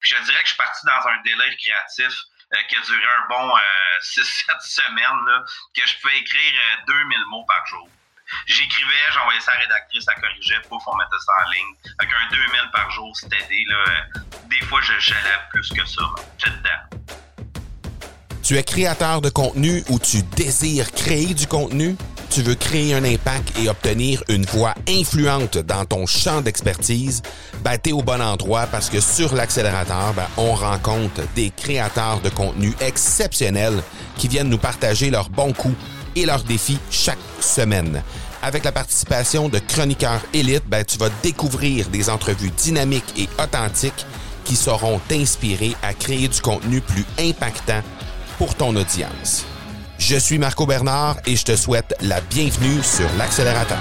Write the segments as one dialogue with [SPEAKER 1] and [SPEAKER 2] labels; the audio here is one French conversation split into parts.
[SPEAKER 1] Je te dirais que je suis parti dans un délire créatif qui a duré un bon 6-7 semaines, là, que je pouvais écrire 2000 mots par jour. J'écrivais, j'envoyais ça à la rédactrice, ça corrigeait, pouf, on mettait ça en ligne. Avec un 2000 par jour, c'était des fois, j'allais plus que ça. J'étais dedans.
[SPEAKER 2] Tu es créateur de contenu ou tu désires créer du contenu? Tu veux créer un impact et obtenir une voix influente dans ton champ d'expertise? Ben, t'es au bon endroit parce que sur l'accélérateur, on rencontre des créateurs de contenu exceptionnels qui viennent nous partager leurs bons coups et leurs défis chaque semaine. Avec la participation de chroniqueurs élites, tu vas découvrir des entrevues dynamiques et authentiques qui sauront t'inspirer à créer du contenu plus impactant pour ton audience. Je suis Marco Bernard et je te souhaite la bienvenue sur l'accélérateur.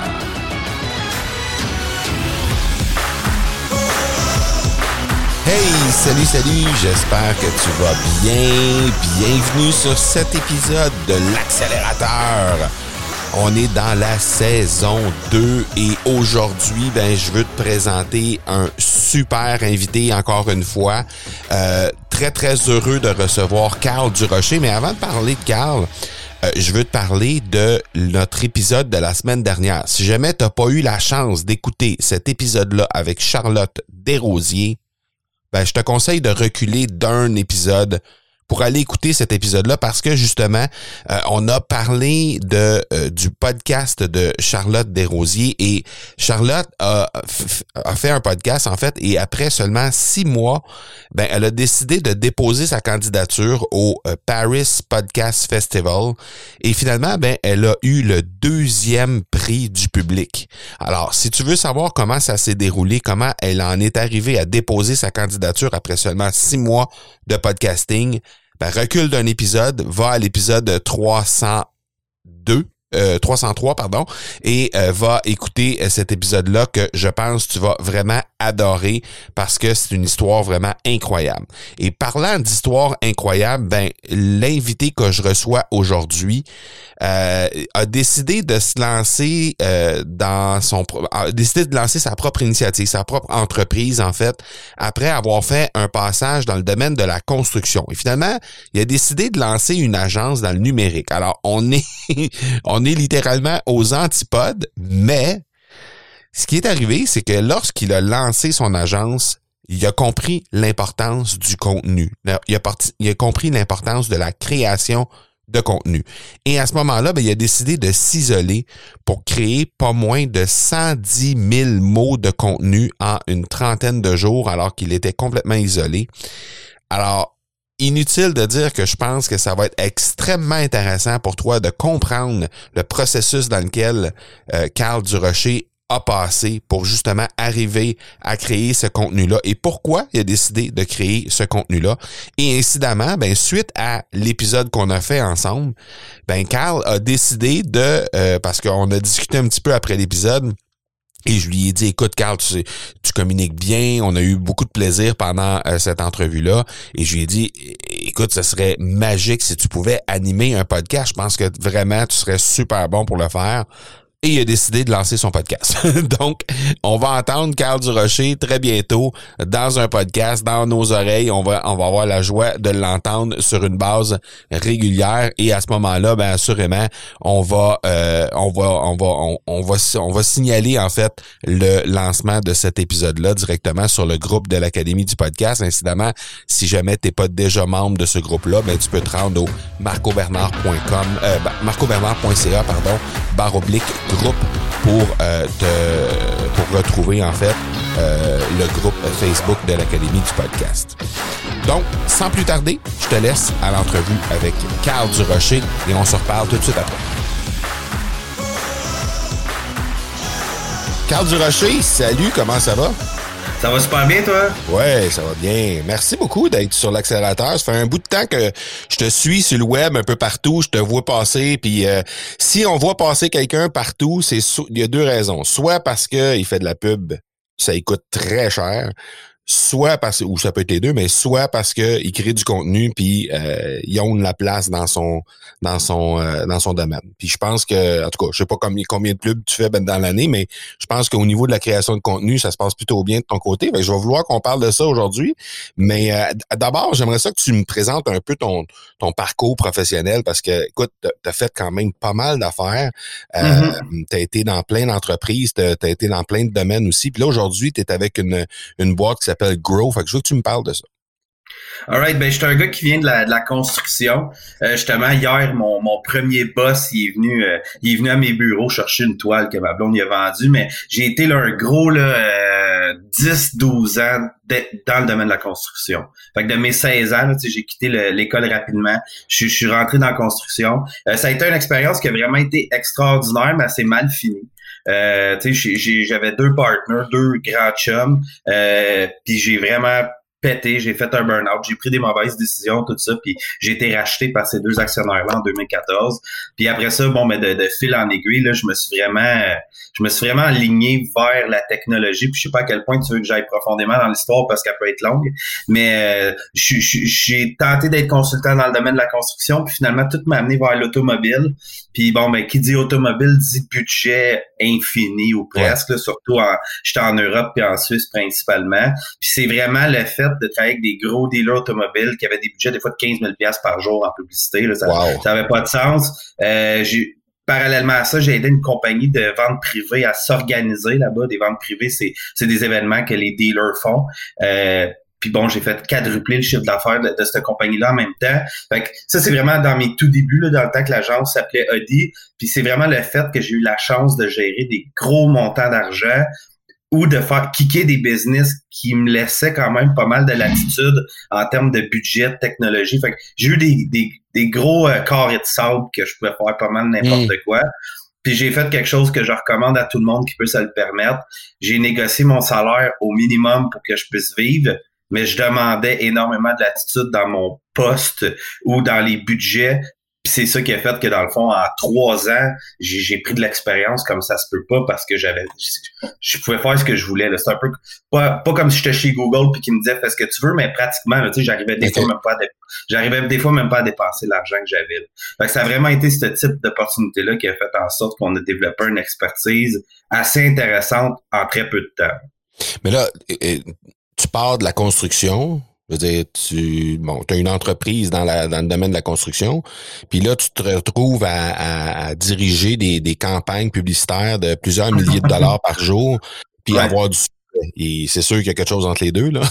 [SPEAKER 2] Hey, salut, j'espère que tu vas bien. Bienvenue sur cet épisode de l'accélérateur. On est dans la saison 2 et aujourd'hui, je veux te présenter un super invité encore une fois. Très, très heureux de recevoir Carl Durocher. Mais avant de parler de Carl, je veux te parler de notre épisode de la semaine dernière. Si jamais tu n'as pas eu la chance d'écouter cet épisode-là avec Charlotte Desrosiers, je te conseille de reculer d'un épisode pour aller écouter cet épisode-là parce que justement, on a parlé du podcast de Charlotte Desrosiers et Charlotte a fait un podcast en fait et après seulement 6 mois, elle a décidé de déposer sa candidature au Paris Podcast Festival et finalement, elle a eu le 2e prix du public. Alors, si tu veux savoir comment ça s'est déroulé, comment elle en est arrivée à déposer sa candidature après seulement 6 mois de podcasting, recule d'un épisode, va à l'épisode 303, et va écouter cet épisode-là que je pense que tu vas vraiment adorer parce que c'est une histoire vraiment incroyable. Et parlant d'histoire incroyable, l'invité que je reçois aujourd'hui a décidé de se lancer a décidé de lancer sa propre initiative, sa propre entreprise en fait, après avoir fait un passage dans le domaine de la construction. Et finalement, il a décidé de lancer une agence dans le numérique. Alors, on est littéralement aux antipodes, mais ce qui est arrivé, c'est que lorsqu'il a lancé son agence, il a compris l'importance du contenu. Il a compris l'importance de la création de contenu. Et à ce moment-là, il a décidé de s'isoler pour créer pas moins de 110 000 mots de contenu en une trentaine de jours alors qu'il était complètement isolé. Alors, inutile de dire que je pense que ça va être extrêmement intéressant pour toi de comprendre le processus dans lequel Carl Durocher a passé pour justement arriver à créer ce contenu-là et pourquoi il a décidé de créer ce contenu-là. Et incidemment, suite à l'épisode qu'on a fait ensemble, Carl a décidé parce qu'on a discuté un petit peu après l'épisode, et je lui ai dit, écoute, Carl, tu communiques bien, on a eu beaucoup de plaisir pendant cette entrevue-là. Et je lui ai dit, écoute, ce serait magique si tu pouvais animer un podcast. Je pense que vraiment, tu serais super bon pour le faire. Et il a décidé de lancer son podcast. Donc, on va entendre Carl Durocher très bientôt dans un podcast, dans nos oreilles. On va avoir la joie de l'entendre sur une base régulière. Et à ce moment-là, assurément, on va signaler en fait le lancement de cet épisode-là directement sur le groupe de l'Académie du podcast. Incidemment, si jamais t'es pas déjà membre de ce groupe-là, tu peux te rendre au marcobernard.com, marcobernard.ca, /groupe pour retrouver en fait le groupe Facebook de l'Académie du podcast. Donc, sans plus tarder, je te laisse à l'entrevue avec Carl Durocher et on se reparle tout de suite après. Carl Durocher, salut, comment ça va?
[SPEAKER 3] Ça va super bien, toi?
[SPEAKER 2] Ouais, ça va bien. Merci beaucoup d'être sur l'accélérateur. Ça fait un bout de temps que je te suis sur le web un peu partout. Je te vois passer. Puis si on voit passer quelqu'un partout, il y a 2 raisons. Soit parce que il fait de la pub, ça il coûte très cher. soit parce ou ça peut être les deux, mais soit parce que il crée du contenu puis il own la place dans son domaine. Puis je pense que, en tout cas, je sais pas combien de pubs tu fais dans l'année, mais je pense qu'au niveau de la création de contenu, ça se passe plutôt bien de ton côté. Fait que je vais vouloir qu'on parle de ça aujourd'hui. Mais d'abord, j'aimerais ça que tu me présentes un peu ton parcours professionnel parce que, écoute, t'as fait quand même pas mal d'affaires. T'as été dans plein d'entreprises, t'as été dans plein de domaines aussi. Puis là, aujourd'hui, t'es avec une boîte qui s'appelle Grow. Fait que je veux que tu me parles de ça.
[SPEAKER 3] Alright, ben je suis un gars qui vient de la construction. Justement, hier, mon premier boss, il est venu à mes bureaux chercher une toile que ma blonde y a vendue, mais j'ai été là un gros 10-12 ans dans le domaine de la construction. Fait que de mes 16 ans, là, j'ai quitté l'école rapidement. Je suis rentré dans la construction. Ça a été une expérience qui a vraiment été extraordinaire, mais assez mal finie. J'avais 2 partners, 2 grands chums, puis j'ai vraiment pété, j'ai fait un burn-out, j'ai pris des mauvaises décisions, tout ça, puis j'ai été racheté par ces 2 actionnaires-là en 2014. Puis après ça, de fil en aiguille, là, je me suis vraiment aligné vers la technologie. Puis je sais pas à quel point tu veux que j'aille profondément dans l'histoire parce qu'elle peut être longue, mais j'ai tenté d'être consultant dans le domaine de la construction, puis finalement tout m'a amené vers l'automobile. Puis qui dit automobile dit budget infini ou presque, là, surtout j'étais en Europe puis en Suisse principalement. Puis c'est vraiment le fait de travailler avec des gros dealers automobiles qui avaient des budgets des fois de 15 000 $ par jour en publicité. Là, ça avait pas de sens. Parallèlement à ça, j'ai aidé une compagnie de vente privée à s'organiser là-bas. Des ventes privées, c'est des événements que les dealers font. Puis j'ai fait quadrupler le chiffre d'affaires de cette compagnie-là en même temps. Fait que ça, c'est vraiment dans mes tout débuts, là, dans le temps que l'agence s'appelait Audi. Puis c'est vraiment le fait que j'ai eu la chance de gérer des gros montants d'argent ou de faire kicker des business qui me laissaient quand même pas mal de latitude en termes de budget, de technologie. Fait que j'ai eu des gros carrés de sable que je pouvais faire pas mal n'importe quoi. Puis j'ai fait quelque chose que je recommande à tout le monde qui peut se le permettre. J'ai négocié mon salaire au minimum pour que je puisse vivre, mais je demandais énormément de latitude dans mon poste ou dans les budgets. Puis c'est ça qui a fait que dans le fond, en 3 ans, j'ai pris de l'expérience comme ça se peut pas parce que je pouvais faire ce que je voulais. C'est un peu pas comme si j'étais chez Google puis qu'ils me disaient fais ce que tu veux, mais pratiquement, là, j'arrivais des fois même pas à dépenser l'argent que j'avais. Fait que ça a vraiment été ce type d'opportunité-là qui a fait en sorte qu'on a développé une expertise assez intéressante en très peu de temps.
[SPEAKER 2] Mais là, tu pars de la construction. Je veux dire, tu as une entreprise dans le domaine de la construction, puis là, tu te retrouves à diriger des campagnes publicitaires de plusieurs milliers de dollars par jour, puis avoir du succès. Et c'est sûr qu'il y a quelque chose entre les deux, là.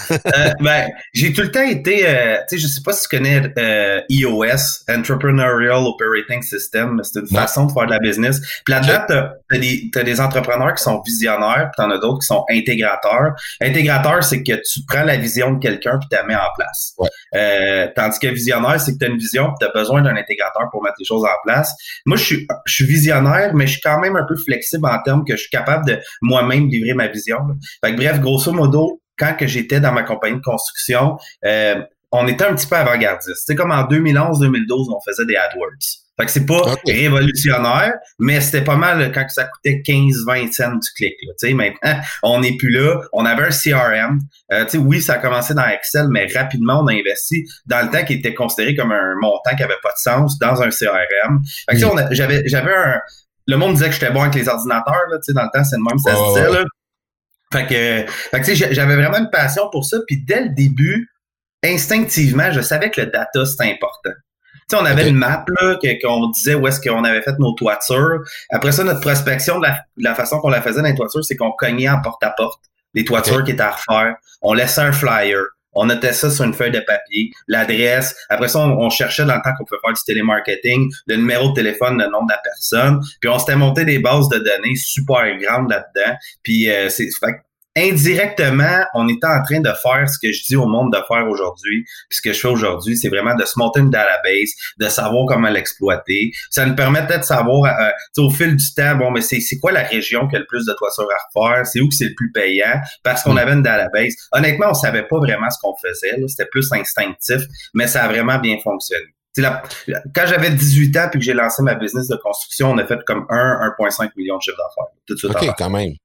[SPEAKER 3] J'ai tout le temps été, je sais pas si tu connais EOS, Entrepreneurial Operating System, c'est une façon de faire de la business. Puis là-dedans, t'as des entrepreneurs qui sont visionnaires, puis t'en as d'autres qui sont intégrateurs. Intégrateur, c'est que tu prends la vision de quelqu'un puis tu la mets en place. Tandis que visionnaire, c'est que tu as une vision puis tu as besoin d'un intégrateur pour mettre les choses en place. Moi, je suis visionnaire, mais je suis quand même un peu flexible en termes que je suis capable de moi-même livrer ma vision. Fait que bref, grosso modo, quand que j'étais dans ma compagnie de construction, on était un petit peu avant-gardiste. C'est comme en 2011-2012, on faisait des AdWords. Fait que c'est pas révolutionnaire, mais c'était pas mal quand ça coûtait 15-20 cents du clic. Là. Maintenant, on n'est plus là. On avait un CRM. Oui, ça a commencé dans Excel, mais rapidement, on a investi dans le temps qui était considéré comme un montant qui avait pas de sens dans un CRM. Fait que j'avais un... Le monde disait que j'étais bon avec les ordinateurs. Là, dans le temps, c'est le même, ça se disait. Là. Fait que j'avais vraiment une passion pour ça. Puis dès le début, instinctivement, je savais que le data, c'était important. On avait une map là, qu'on disait où est-ce qu'on avait fait nos toitures. Après ça, notre prospection, de la façon qu'on la faisait dans les toitures, c'est qu'on cognait en porte-à-porte les toitures qui étaient à refaire. On laissait un flyer. On notait ça sur une feuille de papier, l'adresse. Après ça, on cherchait dans le temps qu'on pouvait faire du télémarketing, le numéro de téléphone, le nom de la personne. Puis on s'était monté des bases de données super grandes là-dedans. Puis indirectement, on était en train de faire ce que je dis au monde de faire aujourd'hui. Puis ce que je fais aujourd'hui, c'est vraiment de se monter une database, de savoir comment l'exploiter. Ça nous permettait de savoir, au fil du temps, mais c'est quoi la région qui a le plus de toitures à refaire? C'est où que c'est le plus payant? Parce qu'on avait une database. Honnêtement, on savait pas vraiment ce qu'on faisait. Là. C'était plus instinctif, mais ça a vraiment bien fonctionné. Quand j'avais 18 ans puis que j'ai lancé ma business de construction, on a fait comme 1,5 million de chiffre d'affaires. Tout de suite.
[SPEAKER 2] OK, quand même.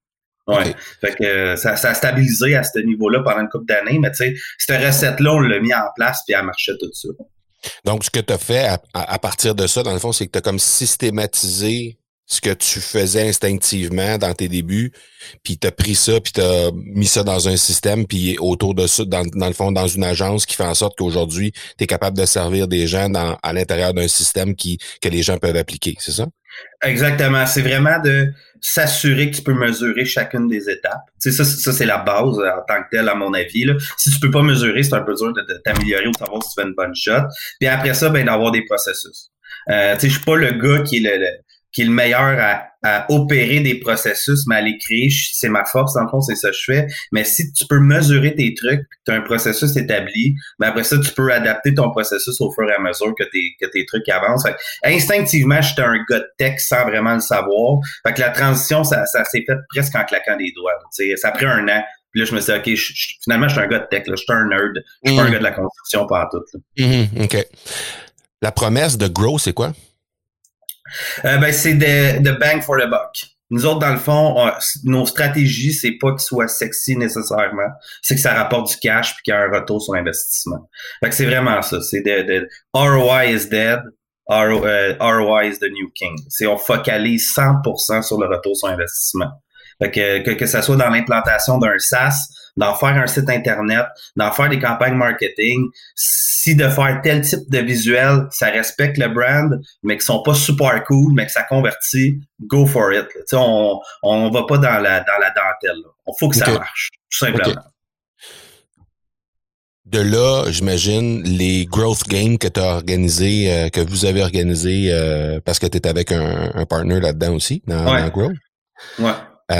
[SPEAKER 3] Ouais.
[SPEAKER 2] Okay.
[SPEAKER 3] Fait que ça a stabilisé à ce niveau-là pendant une couple d'années, mais tu sais, cette recette-là, on l'a mis en place puis elle marchait tout ça.
[SPEAKER 2] Donc, ce que tu as fait à partir de ça, dans le fond, c'est que tu as comme systématisé ce que tu faisais instinctivement dans tes débuts, puis tu as pris ça, puis tu as mis ça dans un système, puis autour de ça, dans le fond, dans une agence qui fait en sorte qu'aujourd'hui, tu es capable de servir des gens à l'intérieur d'un système que les gens peuvent appliquer, c'est ça?
[SPEAKER 3] Exactement. C'est vraiment de s'assurer que tu peux mesurer chacune des étapes. Tu sais, ça c'est la base en tant que telle, à mon avis. Là. Si tu peux pas mesurer, c'est un peu dur de t'améliorer ou de savoir si tu fais une bonne shot. Puis après ça, ben d'avoir des processus. Tu sais, je suis pas le gars qui est le meilleur à opérer des processus, mais à les créer, c'est ma force, dans le fond, c'est ça que je fais. Mais si tu peux mesurer tes trucs, tu as un processus établi, ben après ça, tu peux adapter ton processus au fur et à mesure que tes trucs avancent. Fait, instinctivement, j'étais un gars de tech sans vraiment le savoir. Fait que la transition, ça s'est fait presque en claquant des doigts. Tu sais, ça a pris un an. Puis là, je me suis dit, OK, finalement, je suis un gars de tech. Là. Je suis un nerd. Je suis pas un gars de la construction partout.
[SPEAKER 2] OK. La promesse de Grow, c'est quoi?
[SPEAKER 3] Ben, c'est de bang for the buck. Nous autres, dans le fond, nos stratégies, c'est pas qu'ils soient sexy nécessairement, c'est que ça rapporte du cash puis qu'il y a un retour sur investissement. Fait que c'est vraiment ça. C'est de ROI is dead, ROI is the new king. C'est on focalise 100% sur le retour sur investissement. Fait que ça soit dans l'implantation d'un SaaS, d'en faire un site internet, d'en faire des campagnes marketing, si de faire tel type de visuel, ça respecte le brand, mais qui sont pas super cool, mais que ça convertit, go for it. Tu sais, on va pas dans la dentelle. Il faut que ça marche, tout simplement. Okay.
[SPEAKER 2] De là, j'imagine, les growth games que tu as organisés, que vous avez organisés, parce que tu es avec un partner là-dedans aussi, dans Grow.
[SPEAKER 3] Ouais.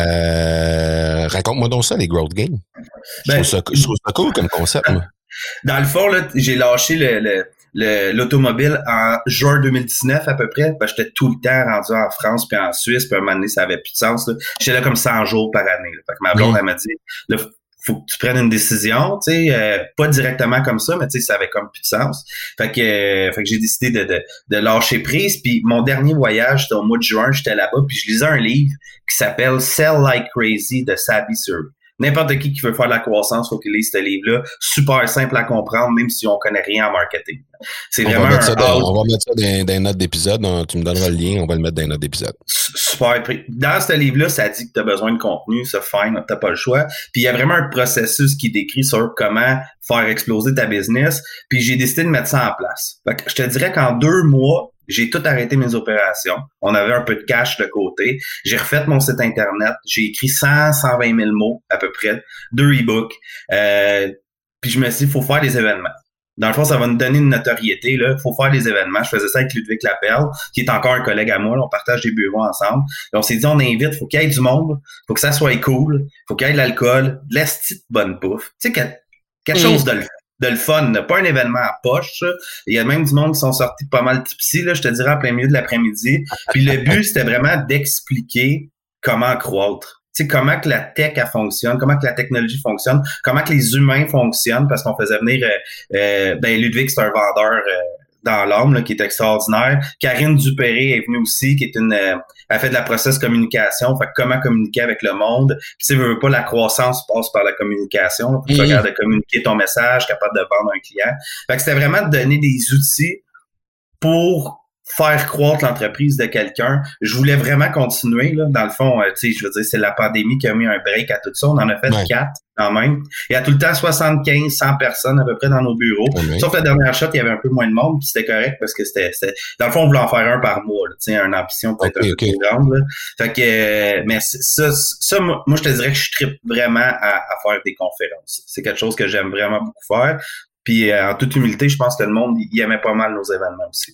[SPEAKER 2] Raconte-moi donc ça, les growth games. Je trouve ça cool comme concept. Moi.
[SPEAKER 3] Dans le fond, là, j'ai lâché l'automobile en juin 2019 à peu près. Ben, j'étais tout le temps rendu en France puis en Suisse. Puis à un moment donné, ça avait plus de sens. Là. J'étais là comme 100 jours par année. Là. Fait que ma blonde, elle m'a dit, là, faut que tu prennes une décision, tu sais, pas directement comme ça, mais tu sais, ça avait comme plus de sens. Fait que j'ai décidé de lâcher prise. Puis mon dernier voyage, c'était au mois de juin, j'étais là-bas, puis je lisais un livre qui s'appelle Sell Like Crazy de Sabi Survey. N'importe qui veut faire de la croissance, faut qu'il lise ce livre-là. Super simple à comprendre, même si on connaît rien en marketing. C'est vraiment
[SPEAKER 2] on va mettre ça dans les notes d'épisode. Tu me donneras le lien, on va le mettre dans les notes d'épisode.
[SPEAKER 3] Super. Dans ce livre-là, ça dit que tu as besoin de contenu, c'est fine, t'as pas le choix. Puis il y a vraiment un processus qui décrit sur comment faire exploser ta business. Puis j'ai décidé de mettre ça en place. Fait que je te dirais qu'en 2 mois, j'ai tout arrêté mes opérations. On avait un peu de cash de côté. J'ai refait mon site Internet. J'ai écrit 120 000 mots à peu près, 2 e-books. Puis je me suis dit, il faut faire des événements. Dans le fond, ça va nous donner une notoriété. Il faut faire des événements. Je faisais ça avec Ludwig Laperle, qui est encore un collègue à moi. Là, on partage des bureaux ensemble. Et on s'est dit, on invite, il faut qu'il y ait du monde. Il faut que ça soit cool. Il faut qu'il y ait de l'alcool, de la petite bonne bouffe. Tu sais, quelque chose de le fun, pas un événement à poche. Il y a même du monde qui sont sortis pas mal tipsy, là, je te dirais, en plein milieu de l'après-midi. Puis le but, c'était vraiment d'expliquer comment croître. Tu sais, comment que la tech, elle fonctionne, comment que la technologie fonctionne, comment que les humains fonctionnent, parce qu'on faisait venir, Ludwig, c'est un vendeur dans l'âme, là, qui est extraordinaire. Karine Dupéré est venue aussi, qui est elle fait de la process communication, fait comment communiquer avec le monde. Puis tu sais, pas la croissance passe par la communication. Tu regardes de communiquer ton message, capable de vendre un client. Fait que c'était vraiment de donner des outils pour faire croître l'entreprise de quelqu'un. Je voulais vraiment continuer, là. Dans le fond, tu sais, je veux dire, c'est la pandémie qui a mis un break à tout ça. On en a fait 4 quand même. Il y a tout le temps 75, 100 personnes à peu près dans nos bureaux. Sauf la dernière shot, il y avait un peu moins de monde, puis c'était correct parce que c'était dans le fond, on voulait en faire un par mois, tu sais, une ambition peut-être un peu plus grande, là. Fait que, mais ça, moi, je te dirais que je trippe vraiment à faire des conférences. C'est quelque chose que j'aime vraiment beaucoup faire. Puis, en toute humilité, je pense que le monde, il aimait pas mal nos événements aussi.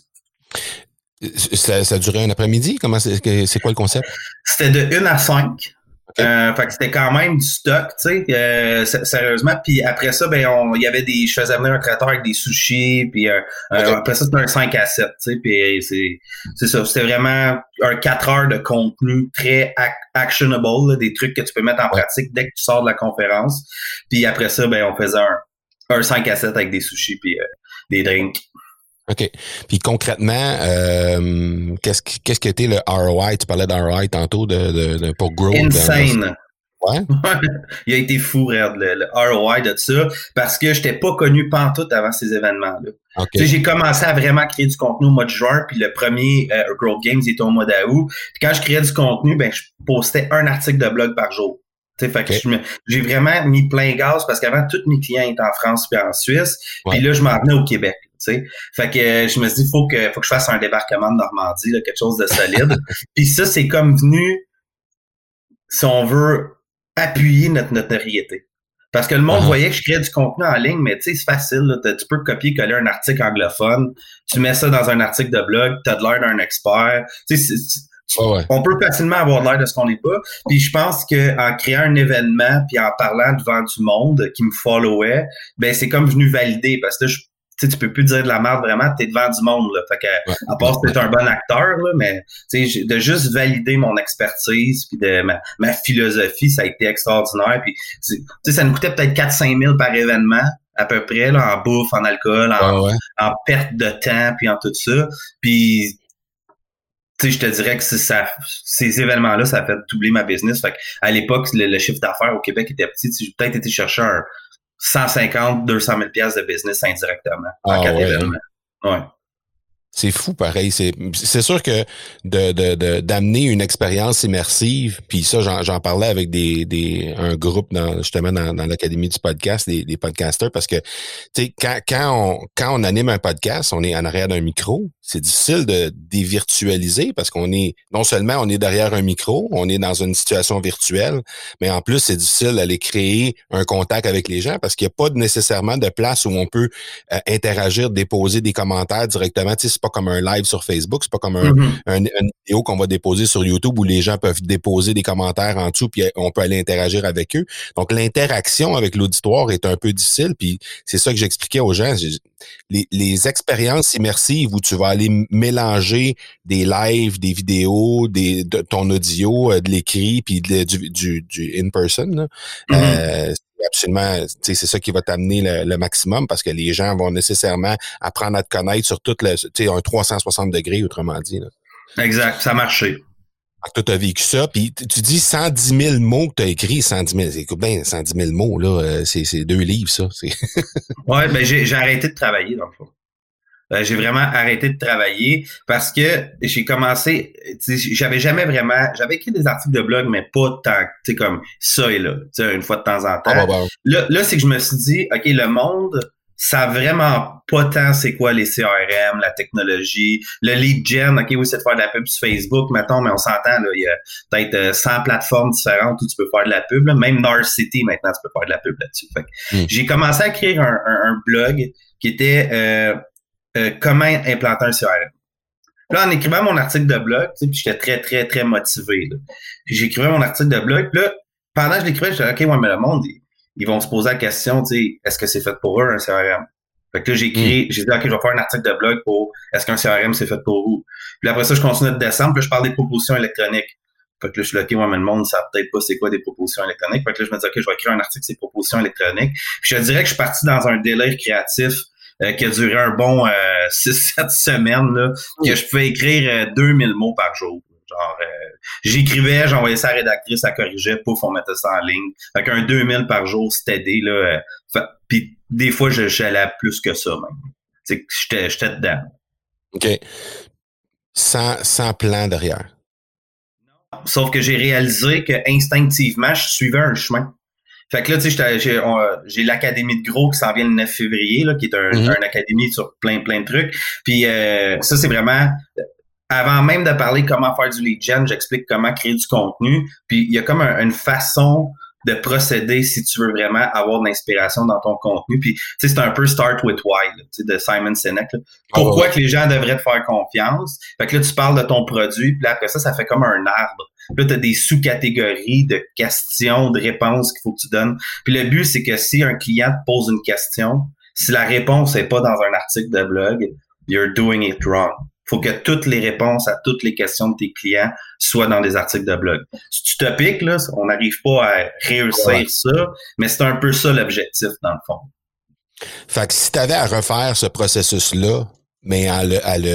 [SPEAKER 2] Ça durait un après-midi? C'est quoi le concept?
[SPEAKER 3] C'était de 1 à 5. Fait que c'était quand même du stock, tu sais, sérieusement. Puis après ça, il y avait je faisais venir un traiteur avec des sushis, puis après ça, c'était un 5 à 7, tu sais, puis c'est ça. C'était vraiment un 4 heures de contenu très actionable, là, des trucs que tu peux mettre en pratique dès que tu sors de la conférence. Puis après ça, on faisait un 5 à 7 avec des sushis, puis des drinks.
[SPEAKER 2] OK. Puis concrètement, qu'est-ce qui était le ROI? Tu parlais d'ROI tantôt pour Grow.
[SPEAKER 3] Insane.
[SPEAKER 2] Ouais.
[SPEAKER 3] Il a été fou, regarde, le ROI de ça, parce que j'étais pas connu pantoute avant ces événements-là.
[SPEAKER 2] Okay.
[SPEAKER 3] J'ai commencé à vraiment créer du contenu au mois de juin, puis le premier Growth Games était au mois d'août. Puis quand je créais du contenu, je postais un article de blog par jour. Fait que j'ai vraiment mis plein gaz parce qu'avant, tous mes clients étaient en France puis en Suisse. Puis là, je m'en venais au Québec. Fait que je me suis dit, faut que je fasse un débarquement de Normandie, là, quelque chose de solide. Puis ça, c'est comme venu, si on veut, appuyer notre notoriété. Parce que le monde voyait que je créais du contenu en ligne, mais tu sais, c'est facile. Là, tu peux copier-coller un article anglophone, tu mets ça dans un article de blog, tu as de l'air d'un expert. On peut facilement avoir l'air de ce qu'on n'est pas. Puis je pense qu'en créant un événement puis en parlant devant du monde qui me followait, c'est comme venu valider. Parce que là, tu peux plus dire de la merde vraiment, t'es devant du monde, là. Fait que, à part si t'es un bon acteur, là, mais, de juste valider mon expertise puis de ma philosophie, ça a été extraordinaire. Puis, ça nous coûtait peut-être 4-5 000 par événement, à peu près, là, en bouffe, en alcool, en perte de temps puis en tout ça. Puis, je te dirais que ces événements-là, ça a fait doubler ma business. Fait à l'époque, le chiffre d'affaires au Québec était petit. J'ai peut-être été chercher un 150-200 000 $ de business indirectement en 4 événements. Ouais.
[SPEAKER 2] C'est fou, pareil. C'est sûr que d'amener une expérience immersive, puis ça, j'en parlais avec un groupe justement dans l'académie du podcast, des podcasters, parce que tu sais, quand on anime un podcast, on est en arrière d'un micro. C'est difficile de dévirtualiser parce qu'on est non seulement on est derrière un micro, on est dans une situation virtuelle, mais en plus c'est difficile d'aller créer un contact avec les gens parce qu'il n'y a pas nécessairement de place où on peut interagir, déposer des commentaires directement. Tu sais, c'est pas comme un live sur Facebook, c'est pas comme une vidéo qu'on va déposer sur YouTube où les gens peuvent déposer des commentaires en dessous puis on peut aller interagir avec eux. Donc l'interaction avec l'auditoire est un peu difficile puis c'est ça que j'expliquais aux gens. Les expériences immersives où tu vas aller mélanger des lives, des vidéos, de ton audio, de l'écrit puis du in-person, c'est absolument, c'est ça qui va t'amener le maximum parce que les gens vont nécessairement apprendre à te connaître sur tout un 360 degrés, autrement dit. Là.
[SPEAKER 3] Exact, ça a marché.
[SPEAKER 2] Toi, tu as vécu ça, puis tu dis 110 000 mots que tu as écrits, 110 000, écoute bien, 110 000 mots, là, c'est 2 livres, ça.
[SPEAKER 3] Ouais, j'ai arrêté de travailler, dans le fond. J'ai vraiment arrêté de travailler parce que j'ai commencé, j'avais écrit des articles de blog, mais pas tant, tu sais, comme ça et là, tu sais, une fois de temps en temps. Là, c'est que je me suis dit, OK, le monde, ça vraiment pas tant c'est quoi les CRM, la technologie, le lead gen, OK, oui, c'est de faire de la pub sur Facebook, mettons, mais on s'entend, là, il y a peut-être 100 plateformes différentes où tu peux faire de la pub, là. Même North City, maintenant, tu peux faire de la pub là-dessus. Fait que j'ai commencé à écrire un blog qui était comment implanter un CRM. Puis là, en écrivant mon article de blog, puis j'étais très, très, très motivé. Là. Puis j'écrivais mon article de blog, puis là, pendant que je l'écrivais, je disais, OK, ouais, mais le monde, ils vont se poser la question, tu sais, est-ce que c'est fait pour eux, un CRM? Fait que là, j'ai dit, OK, je vais faire un article de blog pour est-ce qu'un CRM, c'est fait pour vous? Puis après ça, je continue de descendre, puis là, je parle des propositions électroniques. Fait que là, je suis là, OK, ouais, mais le monde ne sait peut-être pas c'est quoi des propositions électroniques. Fait que là, je me dis, OK, je vais écrire un article sur les propositions électroniques. Puis je te dirais que je suis parti dans un délire créatif qui a duré un bon 6-7 semaines, là, que je pouvais écrire 2000 mots par jour. Genre, j'écrivais, j'envoyais ça à la rédactrice, ça corrigeait, pouf, on mettait ça en ligne. Fait qu'un 2000 par jour, c'était aidé, là. Puis des fois, j'allais à plus que ça, même. Tu sais, j'étais dedans. OK.
[SPEAKER 2] Sans plan derrière.
[SPEAKER 3] Sauf que j'ai réalisé que instinctivement, je suivais un chemin. Fait que là, tu sais, j'ai l'Académie de Gros qui s'en vient le 9 février, là, qui est une académie sur plein de trucs. Puis ça, c'est vraiment... Avant même de parler comment faire du lead gen, j'explique comment créer du contenu. Puis il y a comme une façon de procéder si tu veux vraiment avoir de l'inspiration dans ton contenu. Puis tu sais, c'est un peu Start with Why, là, tu sais, de Simon Sinek. Là. Pourquoi que les gens devraient te faire confiance? Fait que là, tu parles de ton produit, puis là, après ça fait comme un arbre. Puis là, tu as des sous-catégories de questions, de réponses qu'il faut que tu donnes. Puis le but, c'est que si un client te pose une question, si la réponse n'est pas dans un article de blog, you're doing it wrong. Faut que toutes les réponses à toutes les questions de tes clients soient dans des articles de blog. C'est utopique, là, on n'arrive pas à réussir ça, mais c'est un peu ça l'objectif, dans le fond.
[SPEAKER 2] Fait que si tu avais à refaire ce processus-là, mais à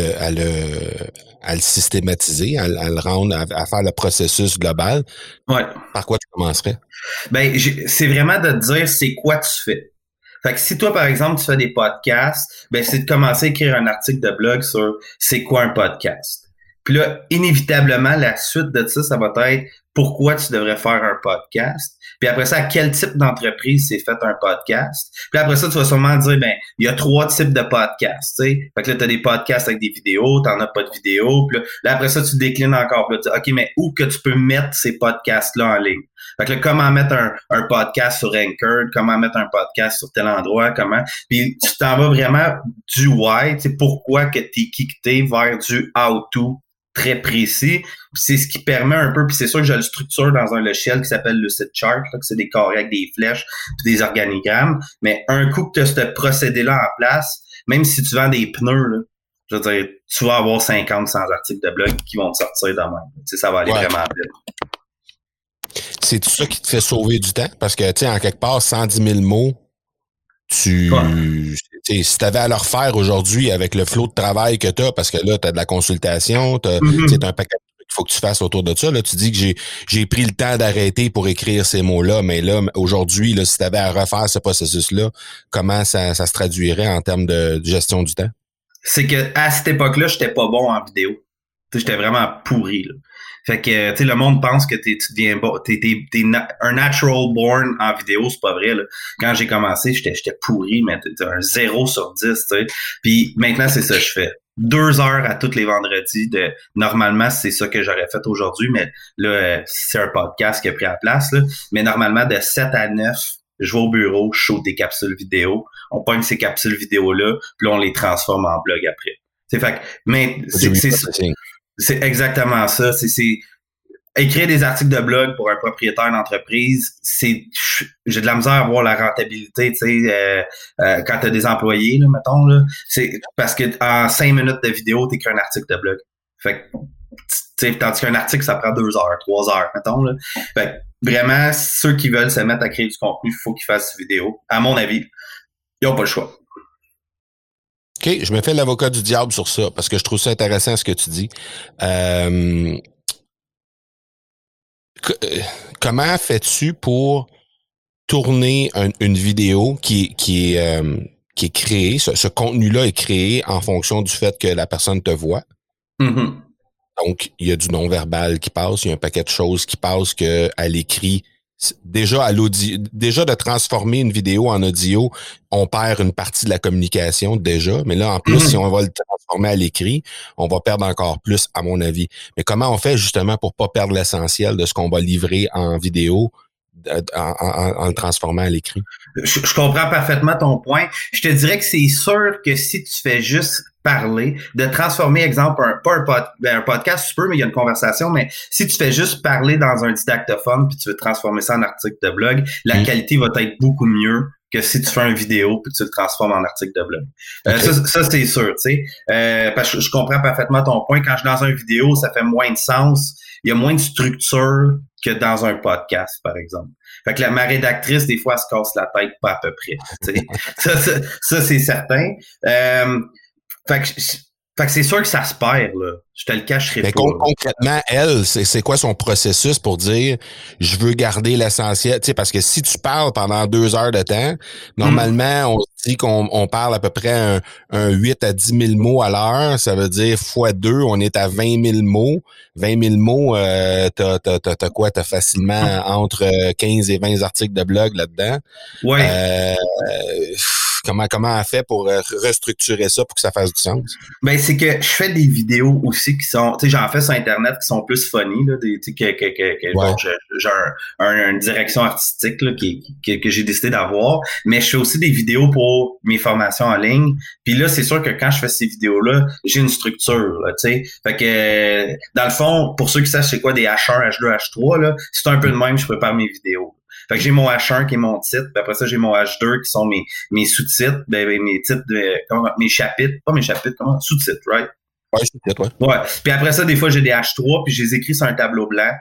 [SPEAKER 2] le systématiser, à le rendre, à faire le processus global.
[SPEAKER 3] Ouais.
[SPEAKER 2] Par quoi tu commencerais?
[SPEAKER 3] Ben, c'est vraiment de te dire c'est quoi tu fais. Fait que si toi, par exemple, tu fais des podcasts, ben, c'est de commencer à écrire un article de blog sur c'est quoi un podcast. Puis là, inévitablement, la suite de ça, ça va être pourquoi tu devrais faire un podcast. Puis après ça, à quel type d'entreprise s'est fait un podcast. Puis après ça, tu vas sûrement dire, ben, il y a 3 types de podcasts, tu sais. Fait que là, tu as des podcasts avec des vidéos, t'en as pas de vidéos. Puis là, après ça, tu déclines encore. Puis là, tu dis, OK, mais où que tu peux mettre ces podcasts-là en ligne? Fait que là, comment mettre un podcast sur Anchor, comment mettre un podcast sur tel endroit, comment. Puis tu t'en vas vraiment du why, tu sais, pourquoi que t'es kické vers du how-to très précis. Puis c'est ce qui permet un peu, puis c'est sûr que je le structure dans un logiciel qui s'appelle Lucidchart, là, que c'est des carrés avec des flèches puis des organigrammes. Mais un coup que tu as ce procédé-là en place, même si tu vends des pneus, là, je veux dire, tu vas avoir 50, 100 articles de blog qui vont te sortir demain. Tu sais, ça va aller vraiment vite.
[SPEAKER 2] C'est tout ça qui te fait sauver du temps? Parce que, tu sais, en quelque part, 110 000 mots, si tu avais à le refaire aujourd'hui avec le flot de travail que tu as, parce que là, tu as de la consultation, tu as un paquet de trucs qu'il faut que tu fasses autour de ça. Là, tu dis que j'ai pris le temps d'arrêter pour écrire ces mots-là, mais là, aujourd'hui, là, si tu avais à refaire ce processus-là, comment ça se traduirait en termes de gestion du temps?
[SPEAKER 3] C'est que à cette époque-là, j'étais pas bon en vidéo. J'étais vraiment pourri, là. Fait que, tu sais, le monde pense que tu deviens bon, t'es un natural born en vidéo, c'est pas vrai, là. Quand j'ai commencé, j'étais pourri, mais t'es un 0 sur 10, tu sais. Puis maintenant, c'est ça que je fais. 2 heures à tous les vendredis normalement, c'est ça que j'aurais fait aujourd'hui, mais là, c'est un podcast qui a pris la place, là. Mais normalement, de 7 à 9, je vais au bureau, je shoot des capsules vidéo, on pogne ces capsules vidéo-là, puis là, on les transforme en blog après. C'est fait que, mais c'est exactement ça. C'est écrire des articles de blog pour un propriétaire d'entreprise. J'ai de la misère à voir la rentabilité, tu sais, quand t'as des employés, là, mettons, là. C'est parce que en 5 minutes de vidéo, t'écris un article de blog. Fait que, tu sais, tandis qu'un article, ça prend 2 heures, 3 heures, mettons, là. Fait que, vraiment, ceux qui veulent se mettre à créer du contenu, il faut qu'ils fassent des vidéos. À mon avis, ils n'ont pas le choix.
[SPEAKER 2] OK, je me fais l'avocat du diable sur ça, parce que je trouve ça intéressant ce que tu dis. Comment fais-tu pour tourner une vidéo qui est créée, ce contenu-là est créé en fonction du fait que la personne te voit?
[SPEAKER 3] Mm-hmm.
[SPEAKER 2] Donc, il y a du non-verbal qui passe, il y a un paquet de choses qui passent qu'à l'écrit. Déjà à l'audio, déjà de transformer une vidéo en audio, on perd une partie de la communication déjà, mais là en plus si on va le transformer à l'écrit, on va perdre encore plus à mon avis. Mais comment on fait justement pour pas perdre l'essentiel de ce qu'on va livrer en vidéo en le transformant à l'écrit?
[SPEAKER 3] Je comprends parfaitement ton point. Je te dirais que c'est sûr que si tu fais juste parler, de transformer, exemple, un podcast, tu peux, mais il y a une conversation, mais si tu fais juste parler dans un didactophone puis tu veux transformer ça en article de blog, la qualité va être beaucoup mieux que si tu fais une vidéo puis tu le transformes en article de blog. Okay. Ça c'est sûr, tu sais. Parce que je comprends parfaitement ton point. Quand je suis dans une vidéo, ça fait moins de sens. Il y a moins de structure que dans un podcast, par exemple. Fait que ma rédactrice, des fois, elle se casse la tête pas à peu près. Ça c'est certain. Fait que c'est sûr que ça se perd, là. Je te le cacherai
[SPEAKER 2] mais
[SPEAKER 3] pas.
[SPEAKER 2] Mais concrètement, elle, c'est quoi son processus pour dire je veux garder l'essentiel? Tu sais, parce que si tu parles pendant 2 heures de temps, normalement, on dit qu'on parle à peu près un 8 à 10 000 mots à l'heure. Ça veut dire fois 2, on est à 20 000 mots. 20 000 mots, t'as quoi? T'as facilement entre 15 et 20 articles de blog là-dedans.
[SPEAKER 3] Ouais.
[SPEAKER 2] Comment elle fait pour restructurer ça pour que ça fasse du sens?
[SPEAKER 3] Ben, c'est que je fais des vidéos aussi qui sont, tu sais, j'en fais sur Internet qui sont plus funny, là, bon, j'ai une direction artistique, là, que j'ai décidé d'avoir, mais je fais aussi des vidéos pour mes formations en ligne. Puis là, c'est sûr que quand je fais ces vidéos-là, j'ai une structure, là, tu sais. Fait que, dans le fond, pour ceux qui savent c'est quoi des H1, H2, H3, là, c'est un peu de même, je prépare mes vidéos. Fait que j'ai mon H1 qui est mon titre, puis après ça, j'ai mon H2 qui sont mes sous-titres, mes titres, mes chapitres, pas mes chapitres, comment? Sous-titres, right?
[SPEAKER 2] Ouais, sous-titres, ouais.
[SPEAKER 3] Ouais. Puis après ça, des fois, j'ai des H3, puis je les écris sur un tableau blanc.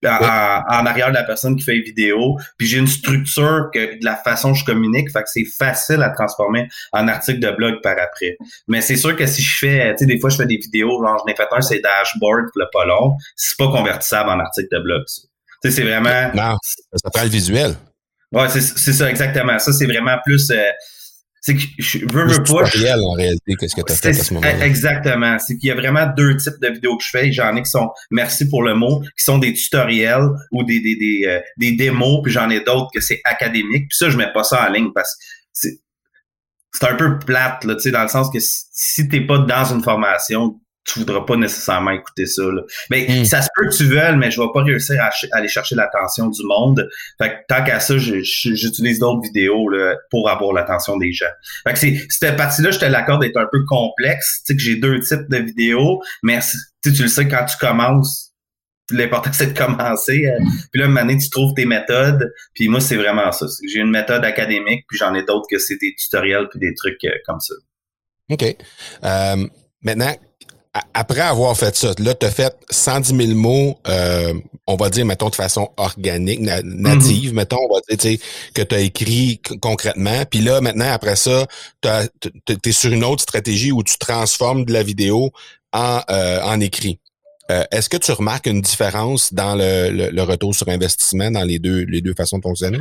[SPEAKER 3] en arrière de la personne qui fait les vidéos. Puis j'ai une structure que de la façon que je communique, fait que c'est facile à transformer en article de blog par après. Mais c'est sûr que si je fais, tu sais, des fois je fais des vidéos, genre j'en ai fait un, c'est dashboard, le pas long, c'est pas convertissable en article de blog. Tu sais, c'est vraiment.
[SPEAKER 2] Non, ça prend le visuel.
[SPEAKER 3] Ouais, c'est ça, exactement. Ça, c'est vraiment plus. C'est que je veux pas.
[SPEAKER 2] Tutoriel, en réalité, qu'est-ce que tu as fait à ce moment-là?
[SPEAKER 3] Exactement. C'est qu'il y a vraiment deux types de vidéos que je fais. J'en ai qui sont, merci pour le mot, qui sont des tutoriels ou des démos, puis j'en ai d'autres que c'est académique. Puis ça, je mets pas ça en ligne parce que c'est un peu plate, là, tu sais, dans le sens que si t'es pas dans une formation, tu voudras pas nécessairement écouter ça, là. Mais ça se peut que tu veuilles, mais je vais pas réussir à aller chercher l'attention du monde. Fait que tant qu'à ça, j'utilise d'autres vidéos là, pour avoir l'attention des gens. Fait que cette partie-là, je te l'accorde, d'être un peu complexe. Tu sais que j'ai deux types de vidéos, mais tu le sais quand tu commences. L'important, c'est de commencer. Puis là, une année, tu trouves tes méthodes. Puis moi, c'est vraiment ça. J'ai une méthode académique, puis j'en ai d'autres que c'est des tutoriels puis des trucs comme ça.
[SPEAKER 2] OK. Maintenant, après avoir fait ça, là, tu as fait 110 000 mots, on va dire, mettons, de façon organique, native, mettons, on va dire, tu sais, que tu as écrit concrètement. Puis là, maintenant, après ça, tu es sur une autre stratégie où tu transformes de la vidéo en écrit. Est-ce que tu remarques une différence dans le retour sur investissement dans les deux façons de fonctionner?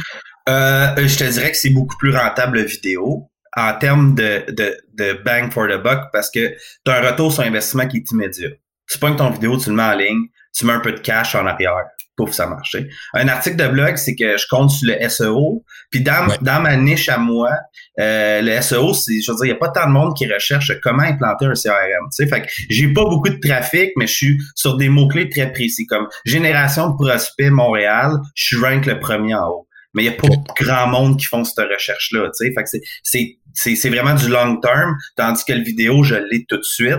[SPEAKER 3] Je te dirais que c'est beaucoup plus rentable la vidéo en termes de bang for the buck parce que tu as un retour sur investissement qui est immédiat. Tu pognes ton vidéo, tu le mets en ligne, tu mets un peu de cash en arrière. Pouf, ça marche. T'sais. Un article de blog, c'est que je compte sur le SEO. Puis dans ma niche à moi, le SEO, je veux dire, il n'y a pas tant de monde qui recherche comment implanter un CRM. T'sais. Fait que j'ai pas beaucoup de trafic, mais je suis sur des mots-clés très précis, comme génération de prospects Montréal, je suis rank le premier en haut. Mais il n'y a pas grand monde qui font cette recherche-là. T'sais. Fait que c'est vraiment du long term, tandis que le vidéo, je l'ai tout de suite.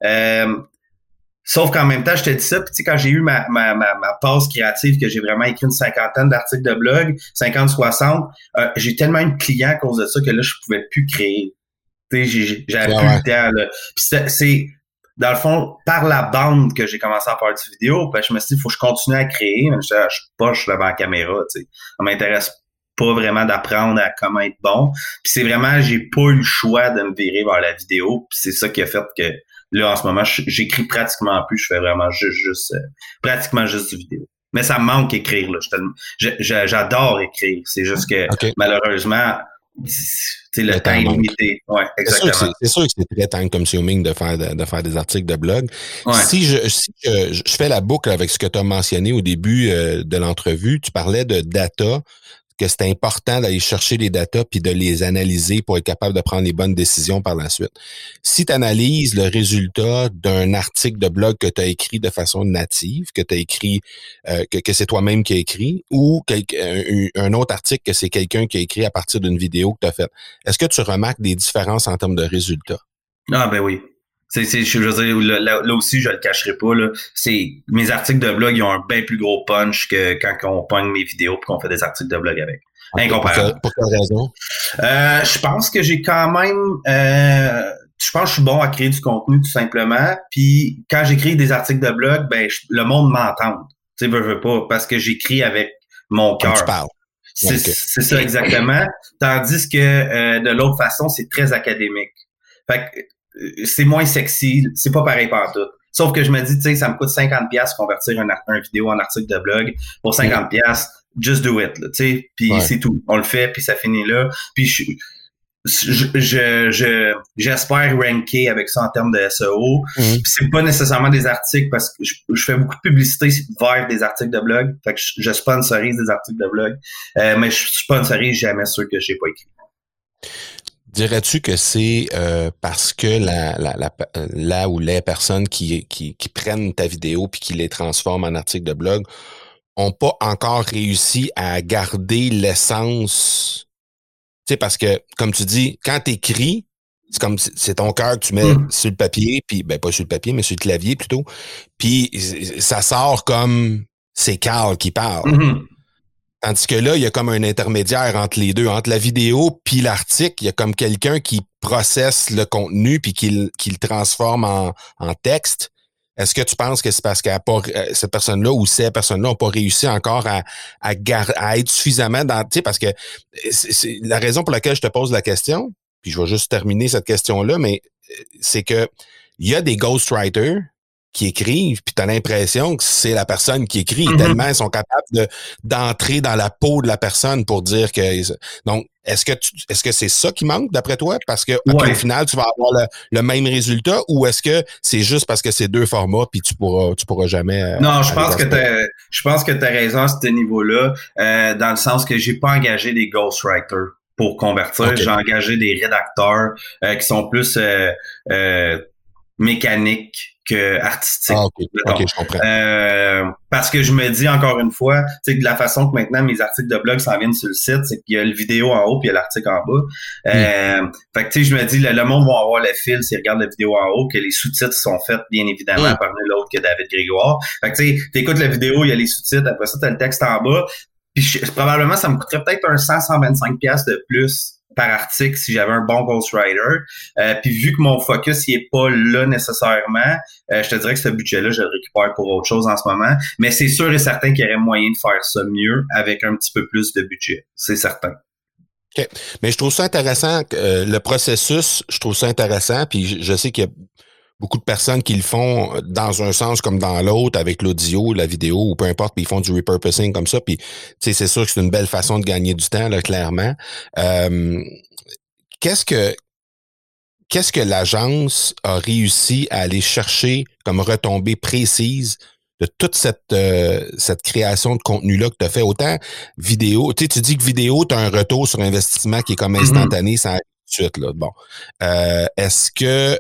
[SPEAKER 3] Sauf qu'en même temps, je te dis ça, puis quand j'ai eu ma passe créative, que j'ai vraiment écrit une cinquantaine d'articles de blog, 50-60, j'ai tellement eu de clients à cause de ça que là, je pouvais plus créer. Tu sais, j'avais plus le temps, là. Puis c'est, dans le fond, par la bande que j'ai commencé à faire du vidéo, puis je me suis dit, il faut que je continue à créer, mais je suis poche devant la caméra, tu sais. Ça m'intéresse pas vraiment d'apprendre à comment être bon. Puis c'est vraiment, j'ai pas eu le choix de me virer vers la vidéo, puis c'est ça qui a fait que là, en ce moment, j'écris pratiquement plus. Je fais vraiment juste pratiquement juste du vidéo. Mais ça me manque écrire. Là. J'adore écrire. C'est juste que malheureusement, le temps est limité. Ouais, exactement.
[SPEAKER 2] C'est sûr que c'est très time consuming de faire des articles de blog. Ouais. Si je fais la boucle avec ce que tu as mentionné au début de l'entrevue, tu parlais de data, que c'est important d'aller chercher les datas puis de les analyser pour être capable de prendre les bonnes décisions par la suite. Si tu analyses le résultat d'un article de blog que tu as écrit de façon native, que tu as écrit, que c'est toi-même qui as écrit, ou un autre article que c'est quelqu'un qui a écrit à partir d'une vidéo que tu as faite, est-ce que tu remarques des différences en termes de résultats?
[SPEAKER 3] Ah ben oui. Je veux dire, là aussi, je le cacherai pas, là. Mes articles de blog, ils ont un bien plus gros punch que quand on pogne mes vidéos et qu'on fait des articles de blog avec. Incomparable.
[SPEAKER 2] Pour quelle raison?
[SPEAKER 3] Je pense que j'ai quand même, je pense que je suis bon à créer du contenu, tout simplement. Puis, quand j'écris des articles de blog, ben, le monde m'entend. Tu sais, veux pas, parce que j'écris avec mon cœur.
[SPEAKER 2] Tu parles.
[SPEAKER 3] C'est ça, exactement. Tandis que, de l'autre façon, c'est très académique. Fait que, c'est moins sexy, c'est pas pareil partout. Sauf que je me dis, tu sais, ça me coûte 50$ convertir un vidéo en article de blog. Pour 50$, just do it, tu sais. Puis c'est tout. On le fait, puis ça finit là. Puis j'espère ranker avec ça en termes de SEO. Puis c'est pas nécessairement des articles parce que je fais beaucoup de publicité vers des articles de blog. Fait que je sponsorise des articles de blog. Mais je sponsorise jamais ceux que j'ai pas écrits.
[SPEAKER 2] Dirais-tu que c'est parce que là où les personnes qui prennent ta vidéo puis qui les transforment en article de blog ont pas encore réussi à garder l'essence? Tu sais, parce que, comme tu dis, quand t'écris, c'est ton cœur que tu mets sur le papier, puis ben pas sur le papier, mais sur le clavier plutôt, puis ça sort comme c'est Carl qui parle. Tandis que là, il y a comme un intermédiaire entre les deux, entre la vidéo puis l'article. Il y a comme quelqu'un qui processe le contenu puis qui le transforme en texte. Est-ce que tu penses que c'est parce qu'elle a pas, cette personne-là ou ces personnes-là n'ont pas réussi encore à être suffisamment dans, tu sais, parce que c'est la raison pour laquelle je te pose la question, puis je vais juste terminer cette question-là, mais c'est que il y a des ghostwriters qui écrivent, puis tu as l'impression que c'est la personne qui écrit, tellement ils sont capables d'entrer dans la peau de la personne pour dire que... Donc, est-ce que c'est ça qui manque d'après toi? Parce que au final, tu vas avoir le même résultat, ou est-ce que c'est juste parce que c'est deux formats puis tu pourras jamais...
[SPEAKER 3] non, je pense que t'as raison à ce niveau-là, dans le sens que j'ai pas engagé des ghostwriters pour convertir. Okay. J'ai engagé des rédacteurs qui sont plus mécaniques que artistique.
[SPEAKER 2] Ah, OK, je comprends.
[SPEAKER 3] Parce que je me dis encore une fois, tu sais, de la façon que maintenant mes articles de blog s'en viennent sur le site, c'est qu'il y a le vidéo en haut puis il y a l'article en bas. Fait que tu sais, je me dis, le monde va avoir le fil s'il regarde la vidéo en haut, que les sous-titres sont faits bien évidemment par l'autre que David Grégoire. Fait que tu sais, t'écoutes la vidéo, il y a les sous-titres, après ça, t'as le texte en bas. Puis probablement, ça me coûterait peut-être un 125$ de plus par article si j'avais un bon ghostwriter. Puis vu que mon focus il est pas là nécessairement, je te dirais que ce budget-là, je le récupère pour autre chose en ce moment. Mais c'est sûr et certain qu'il y aurait moyen de faire ça mieux avec un petit peu plus de budget. C'est certain.
[SPEAKER 2] OK. Mais je trouve ça intéressant, le processus, je trouve ça intéressant. Puis je sais qu'il y a beaucoup de personnes qui le font dans un sens comme dans l'autre, avec l'audio, la vidéo, ou peu importe, puis ils font du repurposing comme ça. Puis, tu sais, c'est sûr que c'est une belle façon de gagner du temps, là, clairement. Qu'est-ce que l'agence a réussi à aller chercher comme retombée précise de toute cette création de contenu-là que tu as fait? Autant vidéo, tu sais, tu dis que vidéo, tu as un retour sur investissement qui est comme instantané, ça arrive tout de suite, là. Bon. Est-ce que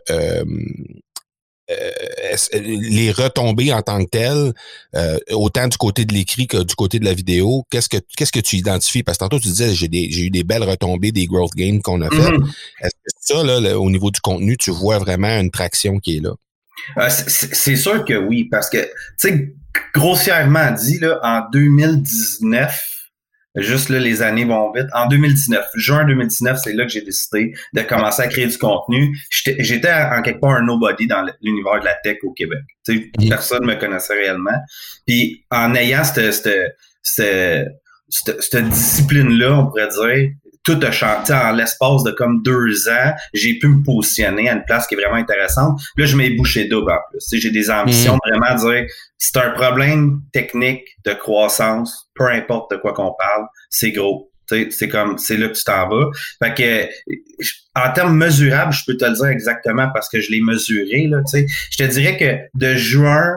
[SPEAKER 2] les retombées en tant que telles, autant du côté de l'écrit que du côté de la vidéo, qu'est-ce que tu identifies? Parce que tantôt, tu disais, j'ai eu des belles retombées des growth gains qu'on a fait. Est-ce que ça, là, au niveau du contenu, tu vois vraiment une traction qui est là?
[SPEAKER 3] C'est sûr que oui, parce que, tu sais, grossièrement dit, là, en 2019, juste là, les années vont vite. En 2019, juin 2019, c'est là que j'ai décidé de commencer à créer du contenu. J'étais en quelque part un nobody dans l'univers de la tech au Québec. Tu sais, personne me connaissait réellement. Puis en ayant cette discipline-là, on pourrait dire, tout a changé. En l'espace de comme 2 ans, j'ai pu me positionner à une place qui est vraiment intéressante. Puis là, je m'ai bouché double en plus. Tu sais, j'ai des ambitions de vraiment dire, c'est un problème technique de croissance, peu importe de quoi qu'on parle, c'est gros. Tu sais, c'est comme, c'est là que tu t'en vas. Fait que, en termes mesurables, je peux te le dire exactement parce que je l'ai mesuré, là, tu sais. Je te dirais que de juin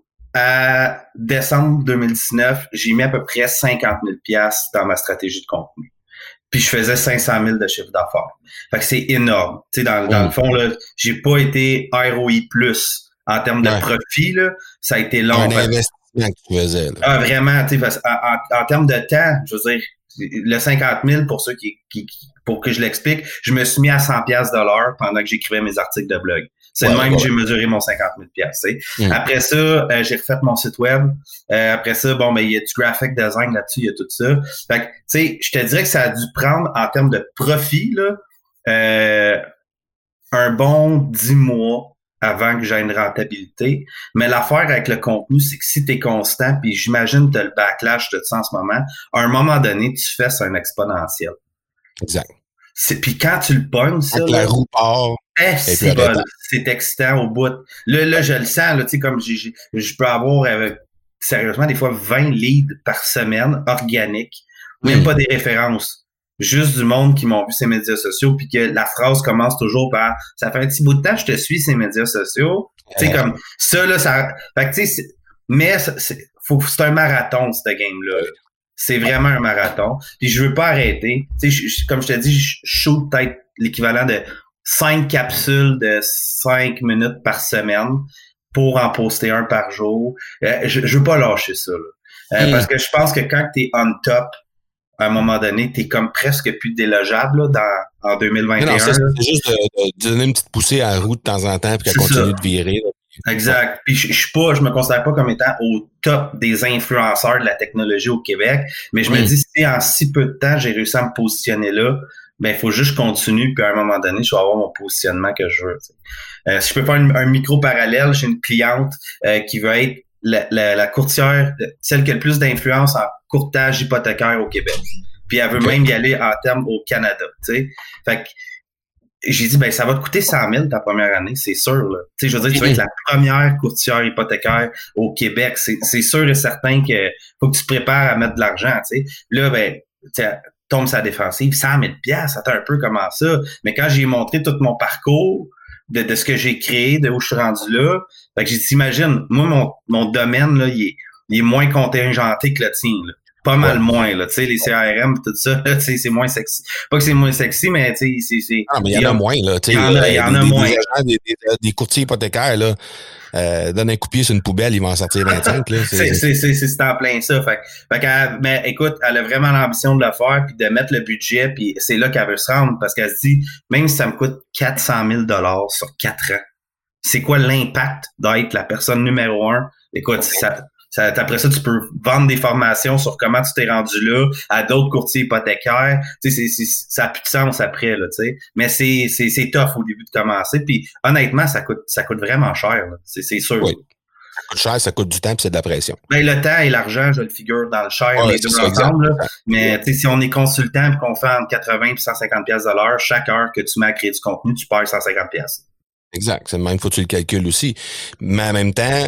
[SPEAKER 3] à décembre 2019, j'ai mis à peu près 50 000$ dans ma stratégie de contenu. Puis je faisais 500 000 de chiffre d'affaires. Fait que c'est énorme. Tu sais, dans le fond, là, j'ai pas été ROI+. En termes de profit, là, ça a été long.
[SPEAKER 2] Un investissement que tu faisais. Là.
[SPEAKER 3] Ah, vraiment, tu sais, en termes de temps, je veux dire, le 50 000, pour ceux pour que je l'explique, je me suis mis à 100$ de l'heure pendant que j'écrivais mes articles de blog. C'est le même que j'ai mesuré mon 50 000$. Après ça, j'ai refait mon site web. Après ça, bon, ben, il y a du graphic design là-dessus, il y a tout ça. Fait que, tu sais, je te dirais que ça a dû prendre, en termes de profit, là, un bon 10 mois avant que j'aie une rentabilité. Mais l'affaire avec le contenu, c'est que si tu es constant, puis j'imagine que tu as le backlash de ça en ce moment, à un moment donné, tu fais ça un exponentiel.
[SPEAKER 2] Exact.
[SPEAKER 3] Puis quand tu le pognes, ça...
[SPEAKER 2] Avec la roue part.
[SPEAKER 3] C'est excitant au bout. Là, je le sens, là, tu sais, comme je peux avoir, sérieusement, des fois 20 leads par semaine, organiques, même pas des références. Juste du monde qui m'ont vu ces médias sociaux, puis que la phrase commence toujours par « Ça fait un petit bout de temps que je te suis ces médias sociaux. » Tu sais, comme ça, là, ça... Fait que, tu sais, mais c'est un marathon, ce game-là. C'est vraiment un marathon. Puis je veux pas arrêter. Tu sais, comme je te dis, je shoot peut-être l'équivalent de 5 capsules de 5 minutes par semaine pour en poster un par jour. Je veux pas lâcher ça, là. Parce que je pense que quand t'es on top, à un moment donné, t'es comme presque plus délogeable là, en 2021. Non,
[SPEAKER 2] c'est juste de donner une petite poussée à la roue de temps en temps puis qu'elle continue de virer. Là.
[SPEAKER 3] Exact. Puis je me considère pas comme étant au top des influenceurs de la technologie au Québec, mais je me dis si en si peu de temps j'ai réussi à me positionner là, ben il faut juste que je continue, puis à un moment donné, je vais avoir mon positionnement que je veux. Si je peux faire un micro parallèle, j'ai une cliente qui veut être la courtière, celle qui a le plus d'influence en courtage hypothécaire au Québec. Puis elle veut même y aller en termes au Canada, tu sais. Fait que j'ai dit, ben ça va te coûter 100 000 ta première année, c'est sûr. Là. Tu sais, je veux dire, tu vas être la première courtière hypothécaire au Québec. C'est sûr et certain que faut que tu te prépares à mettre de l'argent, tu sais. Là, ben, tu tombe sa défensive, 100 000 $, attends un peu comment ça. Mais quand j'ai montré tout mon parcours, de ce que j'ai créé, de où je suis rendu là, fait que j'ai dit, imagine, moi, mon domaine, là, il est moins contingenté que le tien, là. Pas mal moins, là, tu sais, les CRM tout ça, tu sais, c'est moins sexy. Pas que c'est moins sexy, mais tu sais, c'est...
[SPEAKER 2] Ah, mais il y en a moins, là, tu sais.
[SPEAKER 3] Il y en a moins.
[SPEAKER 2] Des courtiers hypothécaires, là, donne un coup de pied sur une poubelle, ils vont en sortir 25, là.
[SPEAKER 3] C'est en plein ça. Fait que, mais écoute, elle a vraiment l'ambition de le faire, puis de mettre le budget, puis c'est là qu'elle veut se rendre, parce qu'elle se dit, même si ça me coûte 400 000 $ sur 4 ans, c'est quoi l'impact d'être la personne numéro 1? Écoute, après ça, tu peux vendre des formations sur comment tu t'es rendu là à d'autres courtiers hypothécaires. Tu sais, ça n'a plus de sens après, là, tu sais. Mais c'est tough au début de commencer. Puis honnêtement, ça coûte vraiment cher, là. C'est sûr.
[SPEAKER 2] Oui. Ça coûte cher, ça coûte du temps, puis c'est de la pression.
[SPEAKER 3] Ben, le temps et l'argent, je le figure dans le cher, les deux ensemble. Là. Mais tu sais, si on est consultant et qu'on fait entre 80 et 150 $ de l'heure, chaque heure que tu mets à créer du contenu, tu perds 150 $.
[SPEAKER 2] Exact. C'est même, faut que tu le calcules aussi. Mais en même temps,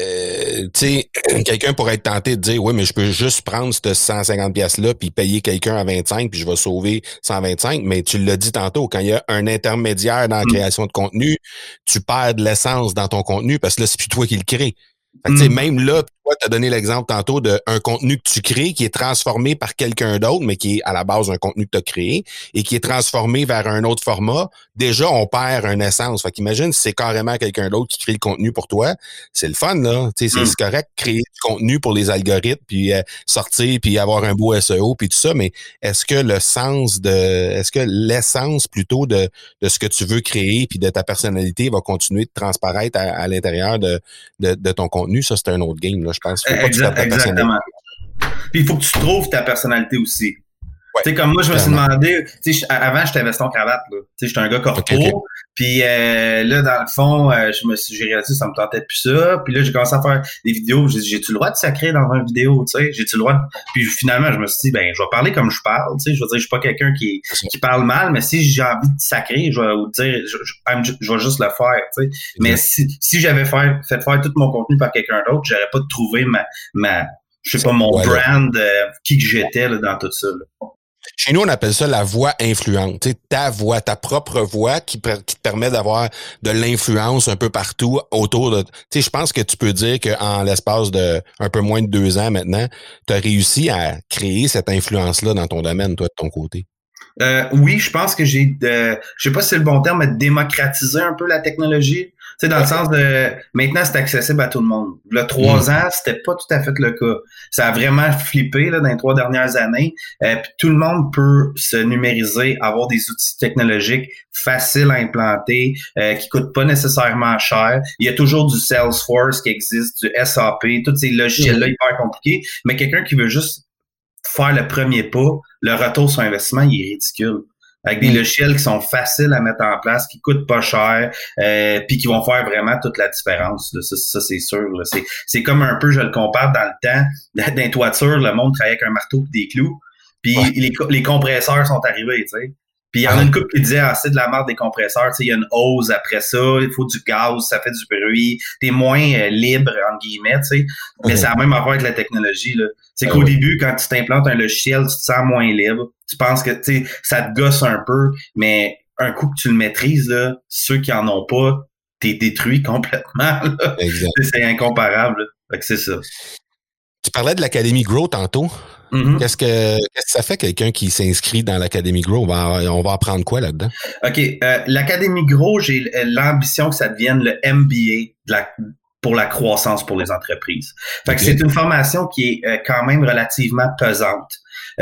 [SPEAKER 2] tu sais, quelqu'un pourrait être tenté de dire, oui, mais je peux juste prendre ce 150 $-là puis payer quelqu'un à 25 puis je vais sauver 125. Mais tu l'as dit tantôt, quand il y a un intermédiaire dans la création de contenu, tu perds de l'essence dans ton contenu parce que là, c'est plus toi qui le crée. Fait que, même là, toi, tu as donné l'exemple tantôt d'un contenu que tu crées qui est transformé par quelqu'un d'autre, mais qui est à la base un contenu que tu as créé et qui est transformé vers un autre format. Déjà, on perd une essence. Fait qu'imagine si c'est carrément quelqu'un d'autre qui crée le contenu pour toi. C'est le fun, là. C'est correct créer du contenu pour les algorithmes, puis sortir, puis avoir un beau SEO, puis tout ça, mais est-ce que l'essence plutôt de ce que tu veux créer puis de ta personnalité va continuer de transparaître à l'intérieur de ton contenu? Ça, c'est un autre game, là, je pense.
[SPEAKER 3] Exactement. Puis il faut que tu trouves ta personnalité aussi.
[SPEAKER 2] Ouais,
[SPEAKER 3] tu sais, comme moi, je me suis demandé, tu sais, avant, j'étais veston-cravate, là. Tu sais, j'étais un gars corpo. Okay. Puis là, dans le fond, j'ai réalisé que ça me tentait plus ça. Puis là, j'ai commencé à faire des vidéos. J'ai dit, j'ai-tu le droit de sacrer dans une vidéo, tu sais? J'ai-tu le droit de... Puis finalement, je me suis dit, ben, je vais parler comme je parle, tu sais. Je veux dire, je suis pas quelqu'un qui parle mal, mais si j'ai envie de sacrer, je vais vous dire, je vais juste le faire, tu sais. Mais si j'avais fait faire tout mon contenu par quelqu'un d'autre, j'aurais pas trouvé je sais pas, mon brand, qui que j'étais, là, dans tout ça, là.
[SPEAKER 2] Chez nous, on appelle ça la voix influente. Tu sais, ta voix, ta propre voix qui te permet d'avoir de l'influence un peu partout autour de... Tu sais, je pense que tu peux dire qu'en l'espace de un peu moins de 2 ans maintenant, tu as réussi à créer cette influence-là dans ton domaine, toi, de ton côté.
[SPEAKER 3] Oui, je pense que je sais pas si c'est le bon terme, mais démocratiser un peu la technologie. Tu sais, dans le sens de, maintenant, c'est accessible à tout le monde. Il y a 3 ans, c'était pas tout à fait le cas. Ça a vraiment flippé, là, dans les 3 dernières années. Puis tout le monde peut se numériser, avoir des outils technologiques faciles à implanter, qui coûtent pas nécessairement cher. Il y a toujours du Salesforce qui existe, du SAP, tous ces logiciels-là hyper compliqués. Mais quelqu'un qui veut juste faire le premier pas, le retour sur investissement, il est ridicule. Avec des logiciels qui sont faciles à mettre en place, qui coûtent pas cher, puis qui vont faire vraiment toute la différence. Là. Ça, c'est sûr. Là. C'est comme un peu, je le compare dans le temps, dans les toitures, le monde travaillait avec un marteau et des clous, puis les compresseurs sont arrivés, tu sais. Puis il y en a une couple qui disait, c'est de la merde des compresseurs, tu sais, il y a une hausse après ça, il faut du gaz, ça fait du bruit, t'es moins libre, entre guillemets, tu sais. Mais ça a même à voir avec la technologie, là. C'est qu'au début, quand tu t'implantes un logiciel, tu te sens moins libre. Tu penses que, tu sais, ça te gosse un peu, mais un coup que tu le maîtrises, là, ceux qui en ont pas, t'es détruit complètement, là. C'est incomparable, là. Fait que c'est ça.
[SPEAKER 2] Tu parlais de l'Académie Grow tantôt. Mm-hmm. Qu'est-ce que ça fait quelqu'un qui s'inscrit dans l'Académie Grow? On va apprendre quoi là-dedans?
[SPEAKER 3] OK. L'Académie Grow, j'ai l'ambition que ça devienne le MBA pour la croissance pour les entreprises. Fait que c'est une formation qui est quand même relativement pesante.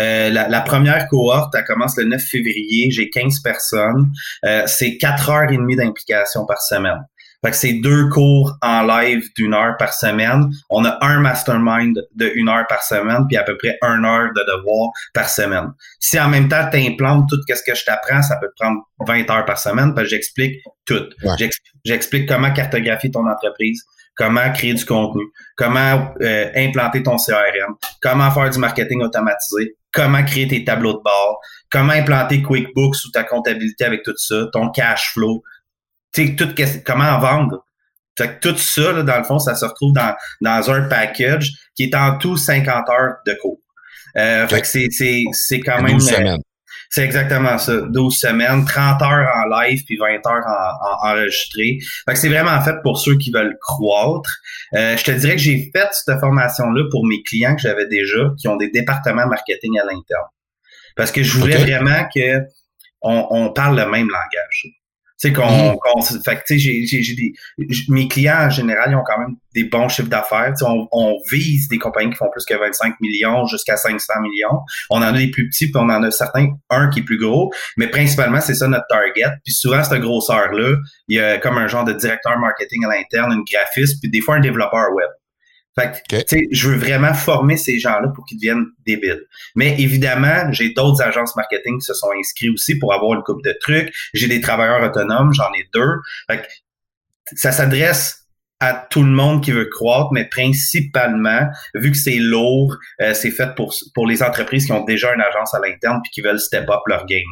[SPEAKER 3] La première cohorte, elle commence le 9 février. J'ai 15 personnes. C'est 4 heures et demie d'implication par semaine. Fait que c'est 2 cours en live d'1 heure par semaine. On a un mastermind de 1 heure par semaine, puis à peu près 1 heure de devoir par semaine. Si en même temps, tu implantes tout ce que je t'apprends, ça peut te prendre 20 heures par semaine, parce que j'explique tout.
[SPEAKER 2] Ouais.
[SPEAKER 3] J'explique comment cartographier ton entreprise, comment créer du contenu, comment implanter ton CRM, comment faire du marketing automatisé, comment créer tes tableaux de bord, comment implanter QuickBooks ou ta comptabilité avec tout ça, ton cash flow, tu sais, comment vendre. Fait que tout ça, là, dans le fond, ça se retrouve dans un package qui est en tout 50 heures de cours. Fait que c'est quand même...
[SPEAKER 2] 12 semaines.
[SPEAKER 3] C'est exactement ça. 12 semaines, 30 heures en live puis 20 heures en enregistré. Fait que c'est vraiment fait pour ceux qui veulent croître. Je te dirais que j'ai fait cette formation-là pour mes clients que j'avais déjà, qui ont des départements marketing à l'interne. Parce que je voulais vraiment que on parle le même langage. Tu sais, fait que, tu sais, mes clients, en général, ils ont quand même des bons chiffres d'affaires. Tu sais, on vise des compagnies qui font plus que 25 millions jusqu'à 500 millions. On en a des plus petits, puis on en a certains, un qui est plus gros. Mais principalement, c'est ça notre target. Puis souvent, cette grosseur-là, il y a comme un genre de directeur marketing à l'interne, une graphiste, puis des fois un développeur web. Fait que, tu sais, je veux vraiment former ces gens-là pour qu'ils deviennent débiles. Mais évidemment, j'ai d'autres agences marketing qui se sont inscrits aussi pour avoir une couple de trucs. J'ai des travailleurs autonomes, j'en ai 2. Fait que ça s'adresse à tout le monde qui veut croître, mais principalement, vu que c'est lourd, c'est fait pour les entreprises qui ont déjà une agence à l'interne puis qui veulent step up leur game.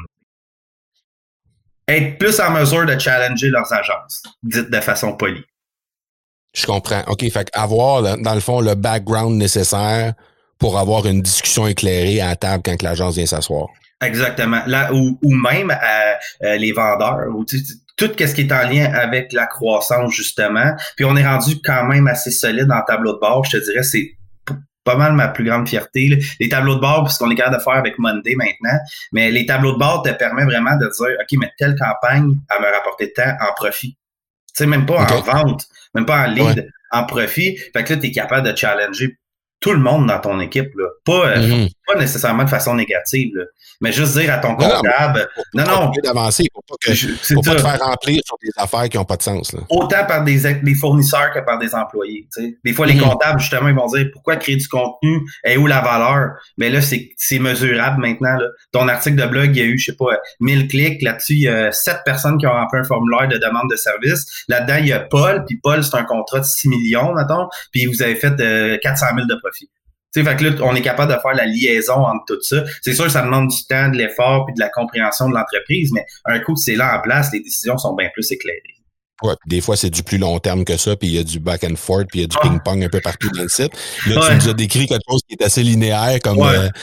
[SPEAKER 3] Être plus en mesure de challenger leurs agences, dites de façon polie.
[SPEAKER 2] Je comprends. OK, fait avoir, dans le fond, le background nécessaire pour avoir une discussion éclairée à la table quand l'agence vient s'asseoir.
[SPEAKER 3] Exactement. Là, ou même les vendeurs, ou tout ce qui est en lien avec la croissance, justement. Puis on est rendu quand même assez solide en tableau de bord. Je te dirais, c'est pas mal ma plus grande fierté. Là. Les tableaux de bord, puisqu'on est capable de faire avec Monday maintenant, mais les tableaux de bord te permettent vraiment de dire, OK, mais telle campagne, elle me rapporter tant en profit. Tu sais, même pas en vente, même pas en lead, en profit. Fait que là, tu es capable de challenger tout le monde dans ton équipe, là. Pas nécessairement de façon négative, là. Mais juste dire à ton comptable, non.
[SPEAKER 2] D'avancer, pour pas te faire remplir sur des affaires qui n'ont pas de sens, là.
[SPEAKER 3] Autant par des fournisseurs que par des employés, tu sais. Des fois, les comptables, justement, ils vont dire, pourquoi créer du contenu? Et où la valeur? Mais là, c'est mesurable maintenant, là. Ton article de blog, il y a eu, je sais pas, 1000 clics. Là-dessus, il y a 7 personnes qui ont rempli un formulaire de demande de service. Là-dedans, il y a Paul, puis Paul, c'est un contrat de 6 millions, mettons, puis vous avez fait 400 000 de profit. Tu sais, fait que là, on est capable de faire la liaison entre tout ça. C'est sûr que ça demande du temps, de l'effort puis de la compréhension de l'entreprise, mais un coup que c'est là en place, les décisions sont bien plus éclairées.
[SPEAKER 2] Ouais, des fois, c'est du plus long terme que ça, puis il y a du back and forth, puis il y a du ping-pong un peu partout dans le site. Là, tu nous as décrit quelque chose qui est assez linéaire, comme...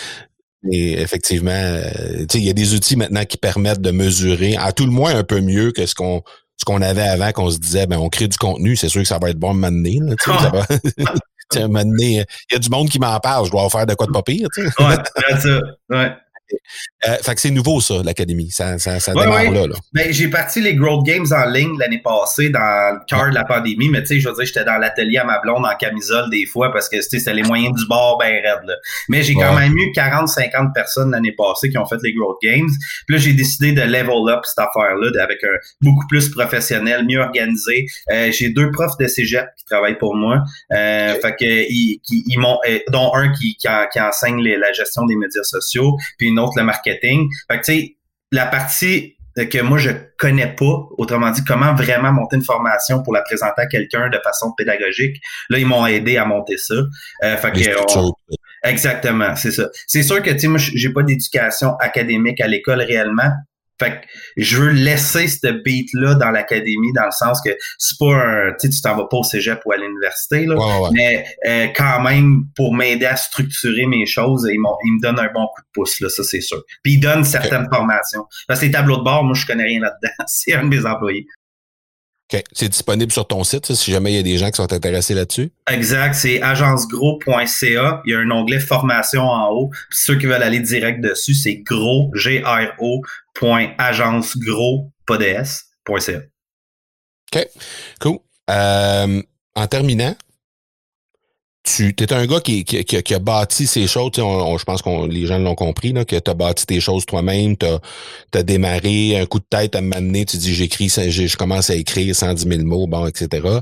[SPEAKER 2] et effectivement, tu sais, il y a des outils maintenant qui permettent de mesurer, à tout le moins un peu mieux que ce qu'on avait avant, qu'on se disait, on crée du contenu, c'est sûr que ça va être bon à un moment donné, là, tu sais, ça va... À un moment donné, il y a du monde qui m'en parle, je dois en faire de quoi de pas pire, tu sais.
[SPEAKER 3] Ouais, c'est ça, ouais.
[SPEAKER 2] Fait que c'est nouveau, ça, l'académie. Ça démarre là.
[SPEAKER 3] Ben, j'ai parti les Growth Games en ligne l'année passée dans le cœur de la pandémie, mais tu sais, je veux dire, j'étais dans l'atelier à ma blonde en camisole des fois parce que c'était les moyens du bord ben raide, là. Mais j'ai quand même eu 40-50 personnes l'année passée qui ont fait les Growth Games. Puis là, j'ai décidé de level up cette affaire-là avec un beaucoup plus professionnel, mieux organisé. J'ai 2 profs de cégep qui travaillent pour moi. Fait que ils m'ont, dont un qui enseigne la gestion des médias sociaux, puis une autre le marketing. Fait que tu sais, la partie que moi je connais pas, autrement dit, comment vraiment monter une formation pour la présenter à quelqu'un de façon pédagogique, là, ils m'ont aidé à monter ça. Fait que exactement, c'est ça. C'est sûr que tu sais, moi, j'ai pas d'éducation académique à l'école réellement. Fait que je veux laisser ce beat-là dans l'académie, dans le sens que c'est pas un... Tu sais, tu t'en vas pas au cégep ou à l'université, là, mais quand même, pour m'aider à structurer mes choses, ils me donnent un bon coup de pouce, là, ça c'est sûr. Puis ils donnent certaines formations. Parce que les tableaux de bord, moi, je connais rien là-dedans. C'est un de mes employés.
[SPEAKER 2] OK. C'est disponible sur ton site, ça, si jamais il y a des gens qui sont intéressés là-dessus?
[SPEAKER 3] Exact. C'est agencegros.ca. Il y a un onglet formation en haut. Puis ceux qui veulent aller direct dessus, c'est gros, GRO.agencegros.ca.
[SPEAKER 2] OK. Cool. En terminant, tu es un gars qui a bâti ces choses, je pense que les gens l'ont compris, là, que tu as bâti tes choses toi-même, t'as démarré un coup de tête à m'amener, tu dis je commence à écrire 110 000 mots, bon, etc.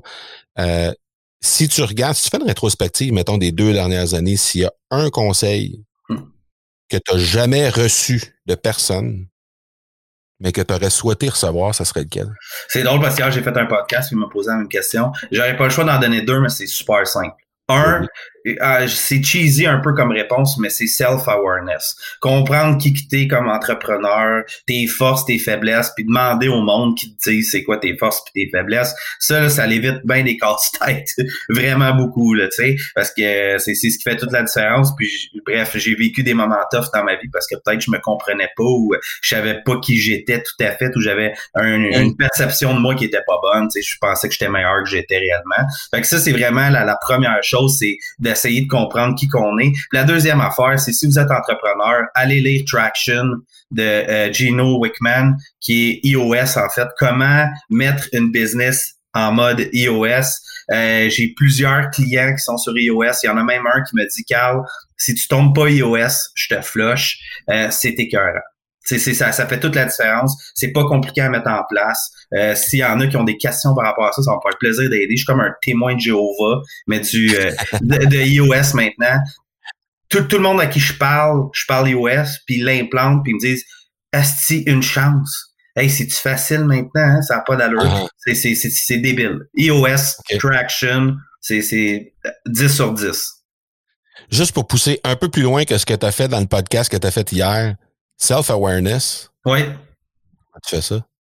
[SPEAKER 2] Si tu regardes, si tu fais une rétrospective, mettons, des 2 dernières années, s'il y a un conseil que tu n'as jamais reçu de personne, mais que tu aurais souhaité recevoir, ça serait lequel?
[SPEAKER 3] C'est drôle parce qu'hier, j'ai fait un podcast, il m'a posé la même question. J'aurais pas le choix d'en donner 2, mais c'est super simple. Un, c'est cheesy un peu comme réponse, mais c'est self-awareness. Comprendre qui t'es comme entrepreneur, tes forces, tes faiblesses, puis demander au monde qui te dit c'est quoi tes forces puis tes faiblesses. Ça, là, ça l'évite bien des casse-têtes. Vraiment beaucoup, là, tu sais, parce que c'est ce qui fait toute la différence. Puis, bref, j'ai vécu des moments tough dans ma vie parce que peut-être je me comprenais pas ou je savais pas qui j'étais tout à fait ou j'avais une perception de moi qui était pas bonne. Tu sais, je pensais que j'étais meilleur que j'étais réellement. Fait que ça, c'est vraiment la première chose, c'est d'essayer de comprendre qui qu'on est. Puis la deuxième affaire, c'est si vous êtes entrepreneur, allez lire Traction de Gino Wickman, qui est iOS en fait. Comment mettre une business en mode iOS. J'ai plusieurs clients qui sont sur iOS. Il y en a même un qui me dit, Carl, si tu tombes pas iOS, je te flush. C'est écœurant. Ça fait toute la différence. C'est pas compliqué à mettre en place. S'il y en a qui ont des questions par rapport à ça, ça va me faire plaisir d'aider. Je suis comme un témoin de Jéhovah, mais de iOS maintenant. Tout le monde à qui je parle iOS, puis ils l'implantent, puis ils me disent asti, une chance. Hey, c'est-tu facile maintenant? Hein? Ça n'a pas d'allure. Uh-huh. C'est débile. iOS, okay. Traction, c'est 10 sur 10.
[SPEAKER 2] Juste pour pousser un peu plus loin que ce que tu as fait dans le podcast que tu as fait hier, self-awareness.
[SPEAKER 3] Oui.
[SPEAKER 2] Comment tu fais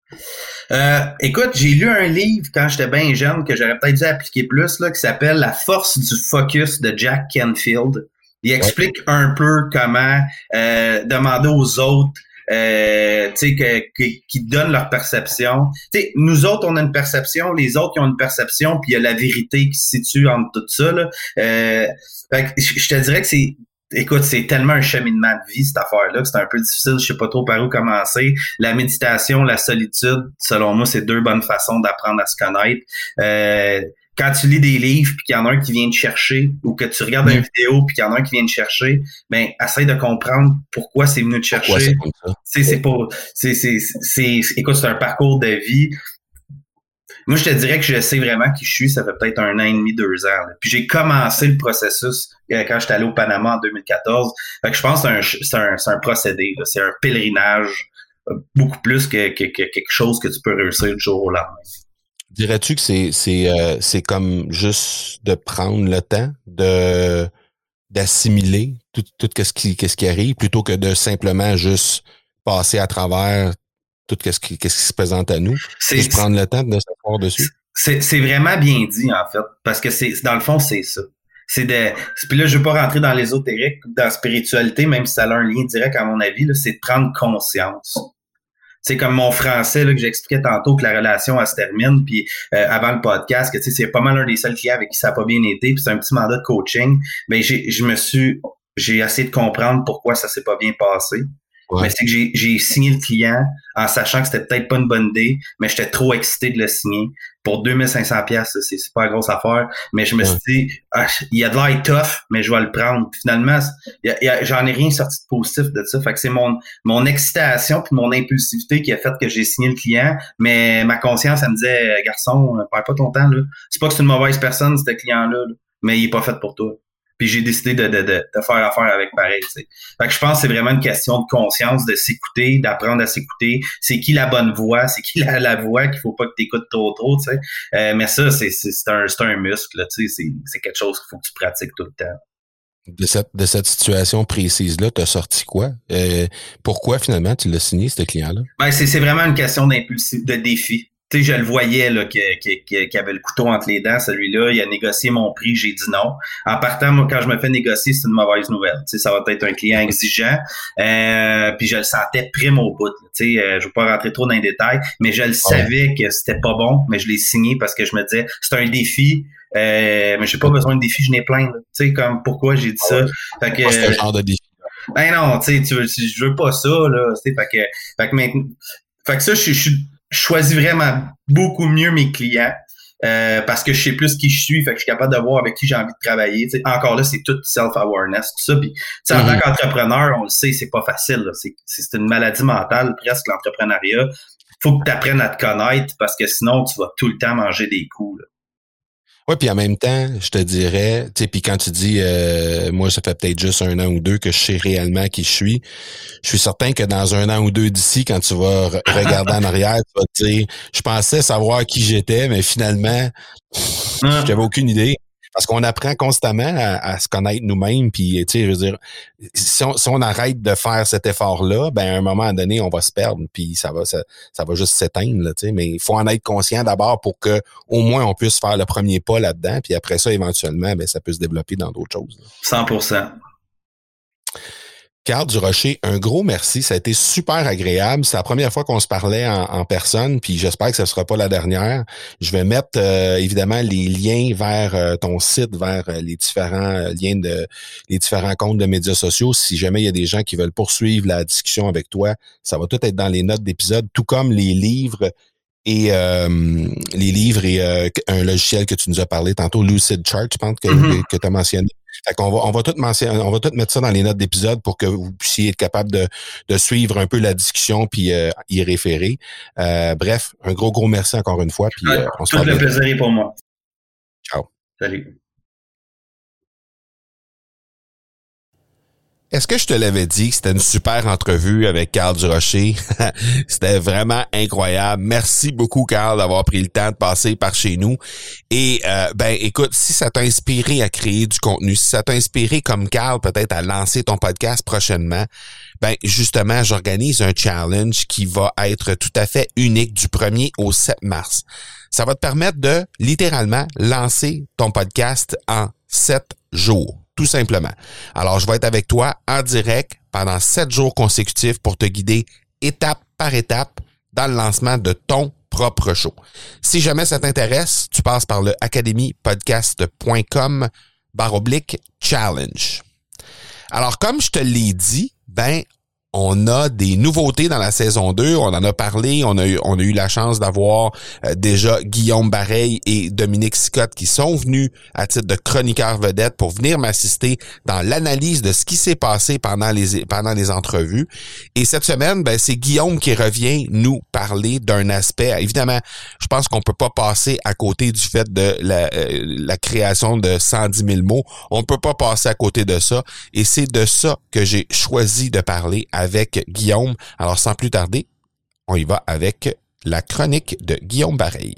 [SPEAKER 2] ça?
[SPEAKER 3] Écoute, j'ai lu un livre quand j'étais bien jeune que j'aurais peut-être dû appliquer plus, là, qui s'appelle La force du focus de Jack Canfield. Il explique un peu comment demander aux autres qui donnent leur perception. T'sais, nous autres, on a une perception, les autres, ils ont une perception, puis il y a la vérité qui se situe entre tout ça. Là. Fait que je te dirais que écoute, c'est tellement un cheminement de vie, cette affaire-là, que c'est un peu difficile, je sais pas trop par où commencer. La méditation, la solitude, selon moi, c'est 2 bonnes façons d'apprendre à se connaître. Quand tu lis des livres puis qu'il y en a un qui vient te chercher ou que tu regardes une vidéo puis qu'il y en a un qui vient te chercher, ben essaye de comprendre pourquoi c'est venu te chercher. Écoute, c'est un parcours de vie. Moi, je te dirais que je sais vraiment qui je suis, ça fait peut-être 1 an et demi, 2 ans. Là. Puis j'ai commencé le processus quand j'étais allé au Panama en 2014. Fait que je pense que c'est un procédé, là. C'est un pèlerinage beaucoup plus que quelque chose que tu peux réussir du jour au lendemain.
[SPEAKER 2] Dirais-tu que c'est comme juste de prendre le temps d'assimiler tout ce qui arrive plutôt que de simplement juste passer à travers tout ce qui se présente à nous? Juste prendre le temps de s'asseoir dessus?
[SPEAKER 3] C'est vraiment bien dit, en fait, parce que dans le fond, c'est ça. Puis là, je veux pas rentrer dans l'ésotérique, dans la spiritualité, même si ça a un lien direct, à mon avis, là, c'est de prendre conscience. C'est comme mon français là, que j'expliquais tantôt que la relation elle se termine, puis avant le podcast, que c'est pas mal un des seuls clients avec qui ça n'a pas bien été, puis c'est un petit mandat de coaching. Ben j'ai essayé de comprendre pourquoi ça s'est pas bien passé. Ouais. Mais c'est que j'ai signé le client en sachant que c'était peut-être pas une bonne idée, mais j'étais trop excité de le signer. Pour 2500 $, c'est pas une grosse affaire. Mais je me suis dit, il y a de l'air tough, mais je vais le prendre. Puis finalement, j'en ai rien sorti de positif de ça. Fait que c'est mon excitation puis mon impulsivité qui a fait que j'ai signé le client. Mais ma conscience, elle me disait, garçon, perds pas ton temps, là. C'est pas que c'est une mauvaise personne, ce client-là, là, mais il est pas fait pour toi. Puis j'ai décidé de faire affaire avec pareil, tu sais. Fait que je pense que c'est vraiment une question de conscience, de s'écouter, d'apprendre à s'écouter. C'est qui la bonne voix, c'est qui la voix qu'il faut pas que tu écoutes trop, tu sais. Mais ça, c'est un muscle, là, tu sais. C'est quelque chose qu'il faut que tu pratiques tout le temps.
[SPEAKER 2] De cette situation précise-là, tu as sorti quoi? Pourquoi finalement tu l'as signé, ce client-là?
[SPEAKER 3] Ben, c'est vraiment une question de défi. Tu sais, je le voyais là qu'il avait le couteau entre les dents, celui-là. Il a négocié mon prix, j'ai dit non. En partant, moi, quand je me fais négocier, c'est une mauvaise nouvelle. Tu sais, ça va être un client exigeant. Puis je le sentais prime au bout. Tu sais, je veux pas rentrer trop dans les détails, mais je le savais que c'était pas bon, mais je l'ai signé parce que je me disais, c'est un défi. Mais j'ai pas besoin de défi, je n'ai plein. Tu sais, comme pourquoi j'ai dit ça. Fait que
[SPEAKER 2] c'est un genre de défi.
[SPEAKER 3] Ben non, tu sais, je veux pas ça, là. Tu sais, fait que ça, je choisis vraiment beaucoup mieux mes clients. parce que je sais plus qui je suis, fait que je suis capable de voir avec qui j'ai envie de travailler. T'sais, encore là, c'est tout self-awareness, tout ça. Puis, en tant qu'entrepreneur, on le sait, c'est pas facile. Là. C'est une maladie mentale, presque, l'entrepreneuriat. Faut que tu apprennes à te connaître parce que sinon, tu vas tout le temps manger des coups. Là.
[SPEAKER 2] Oui, puis en même temps, je te dirais, tu sais, puis quand tu dis, moi, ça fait peut-être juste 1 an ou 2 que je sais réellement qui je suis certain que dans 1 an ou 2 d'ici, quand tu vas regarder en arrière, tu vas te dire, je pensais savoir qui j'étais, mais finalement, j'avais aucune idée. Parce qu'on apprend constamment à se connaître nous-mêmes, puis tu sais, je veux dire, si on arrête de faire cet effort-là, ben à un moment donné, on va se perdre, puis ça va juste s'éteindre, là, tu sais. Mais il faut en être conscient d'abord pour que au moins on puisse faire le premier pas là-dedans, puis après ça, éventuellement, ben ça peut se développer dans d'autres choses. Là.
[SPEAKER 3] 100%.
[SPEAKER 2] Carl Durocher, un gros merci. Ça a été super agréable. C'est la première fois qu'on se parlait en personne, puis j'espère que ce ne sera pas la dernière. Je vais mettre évidemment les liens vers ton site, vers les différents les différents comptes de médias sociaux. Si jamais il y a des gens qui veulent poursuivre la discussion avec toi, ça va tout être dans les notes d'épisode, tout comme les livres et un logiciel que tu nous as parlé tantôt, Lucid Chart, je pense que tu as mentionné. Fait qu'on on va tout mettre ça dans les notes d'épisode pour que vous puissiez être capable de suivre un peu la discussion puis y référer. Bref, un gros merci encore une fois. Puis, on se
[SPEAKER 3] tout le plaisir est pour moi.
[SPEAKER 2] Ciao.
[SPEAKER 3] Salut.
[SPEAKER 2] Est-ce que je te l'avais dit que c'était une super entrevue avec Carl Durocher? C'était vraiment incroyable. Merci beaucoup, Carl, d'avoir pris le temps de passer par chez nous. Et écoute, si ça t'a inspiré à créer du contenu, si ça t'a inspiré comme Carl peut-être à lancer ton podcast prochainement, justement, j'organise un challenge qui va être tout à fait unique du 1er au 7 mars. Ça va te permettre de littéralement lancer ton podcast en 7 jours. Tout simplement. Alors, je vais être avec toi en direct pendant 7 jours consécutifs pour te guider étape par étape dans le lancement de ton propre show. Si jamais ça t'intéresse, tu passes par le academypodcast.com/challenge. Alors, comme je te l'ai dit, on a des nouveautés dans la saison 2. On en a parlé. On a eu la chance d'avoir déjà Guillaume Bareil et Dominique Sicotte qui sont venus à titre de chroniqueurs vedettes pour venir m'assister dans l'analyse de ce qui s'est passé pendant les entrevues. Et cette semaine, c'est Guillaume qui revient nous parler d'un aspect. Évidemment, je pense qu'on peut pas passer à côté du fait de la création de 110 000 mots. On peut pas passer à côté de ça. Et c'est de ça que j'ai choisi de parler avec Guillaume. Alors, sans plus tarder, on y va avec la chronique de Guillaume Bareil.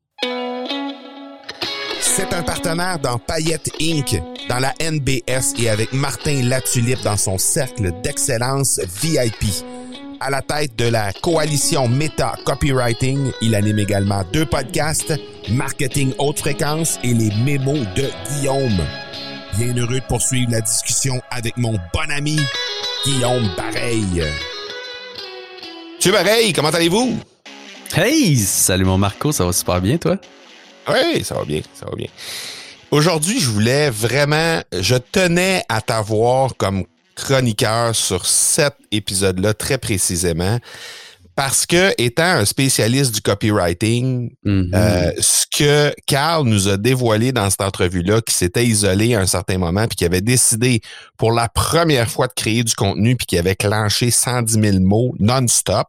[SPEAKER 2] C'est un partenaire dans Payette Inc., dans la NBS et avec Martin Latulippe dans son cercle d'excellence VIP. À la tête de la coalition Meta Copywriting, il anime également 2 podcasts, Marketing Haute Fréquence et les mémos de Guillaume. Bien heureux de poursuivre la discussion avec mon bon ami, Guillaume Bareil. Monsieur Bareil, comment allez-vous?
[SPEAKER 4] Hey! Salut mon Marco, ça va super bien, toi?
[SPEAKER 2] Oui, ça va bien. Aujourd'hui, je tenais à t'avoir comme chroniqueur sur cet épisode-là très précisément. Parce que, étant un spécialiste du copywriting, ce que Carl nous a dévoilé dans cette entrevue-là, qui s'était isolé à un certain moment, puis qui avait décidé pour la première fois de créer du contenu, puis qui avait clenché 110 000 mots non-stop.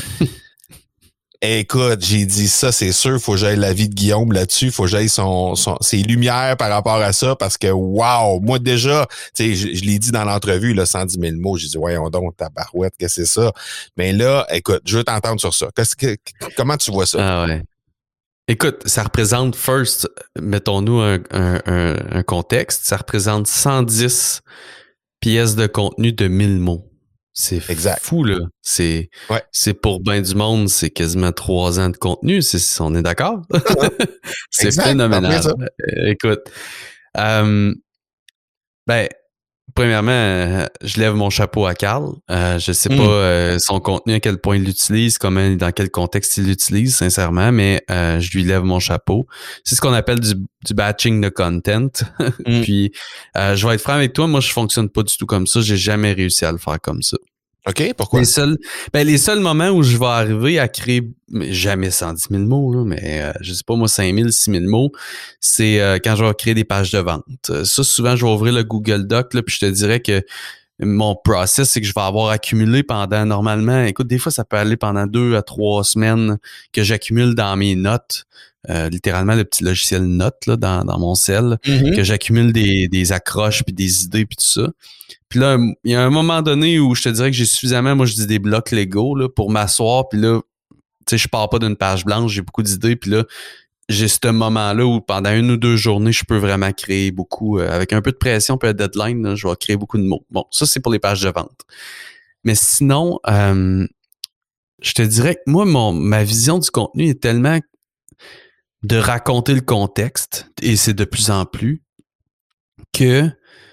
[SPEAKER 2] Écoute, j'ai dit ça, c'est sûr, faut que j'aille l'avis de Guillaume là-dessus, faut que j'aille ses lumières par rapport à ça, parce que wow, moi déjà, tu sais, je l'ai dit dans l'entrevue, là, 110 000 mots, j'ai dit, voyons donc, tabarouette, que c'est ça? Mais là, écoute, je veux t'entendre sur ça. Comment tu vois ça?
[SPEAKER 4] Ah ouais. Écoute, ça représente, mettons-nous un contexte, ça représente 110 pièces de contenu de 1000 mots. C'est fou, là. C'est pour ben du monde, c'est quasiment 3 ans de contenu. On est d'accord? C'est phénoménal. Écoute, premièrement, je lève mon chapeau à Carl. Je sais pas son contenu, à quel point il l'utilise, dans quel contexte il l'utilise, sincèrement, mais je lui lève mon chapeau. C'est ce qu'on appelle du batching de content. Puis, je vais être franc avec toi, moi, je fonctionne pas du tout comme ça. J'ai jamais réussi à le faire comme ça.
[SPEAKER 2] OK, pourquoi?
[SPEAKER 4] Les seuls moments où je vais arriver à créer, jamais 110 000 mots, là, mais je sais pas moi, 5 000, 6 000 mots, c'est quand je vais créer des pages de vente. Ça, souvent, je vais ouvrir le Google Doc, là, puis je te dirais que mon process, c'est que je vais avoir accumulé pendant, normalement, écoute, des fois, ça peut aller pendant 2 à 3 semaines que j'accumule dans mes notes, littéralement le petit logiciel notes là, dans mon cell, que j'accumule des accroches, puis des idées, puis tout ça. Puis là, il y a un moment donné où je te dirais que j'ai suffisamment, moi je dis des blocs Lego là, pour m'asseoir, puis là, tu sais, je pars pas d'une page blanche, j'ai beaucoup d'idées, puis là, j'ai ce moment-là où pendant 1 ou 2 journées, je peux vraiment créer beaucoup, avec un peu de pression, un peu de deadline, là, je vais créer beaucoup de mots. Bon, ça c'est pour les pages de vente. Mais sinon, je te dirais que moi, ma vision du contenu est tellement de raconter le contexte, et c'est de plus en plus, que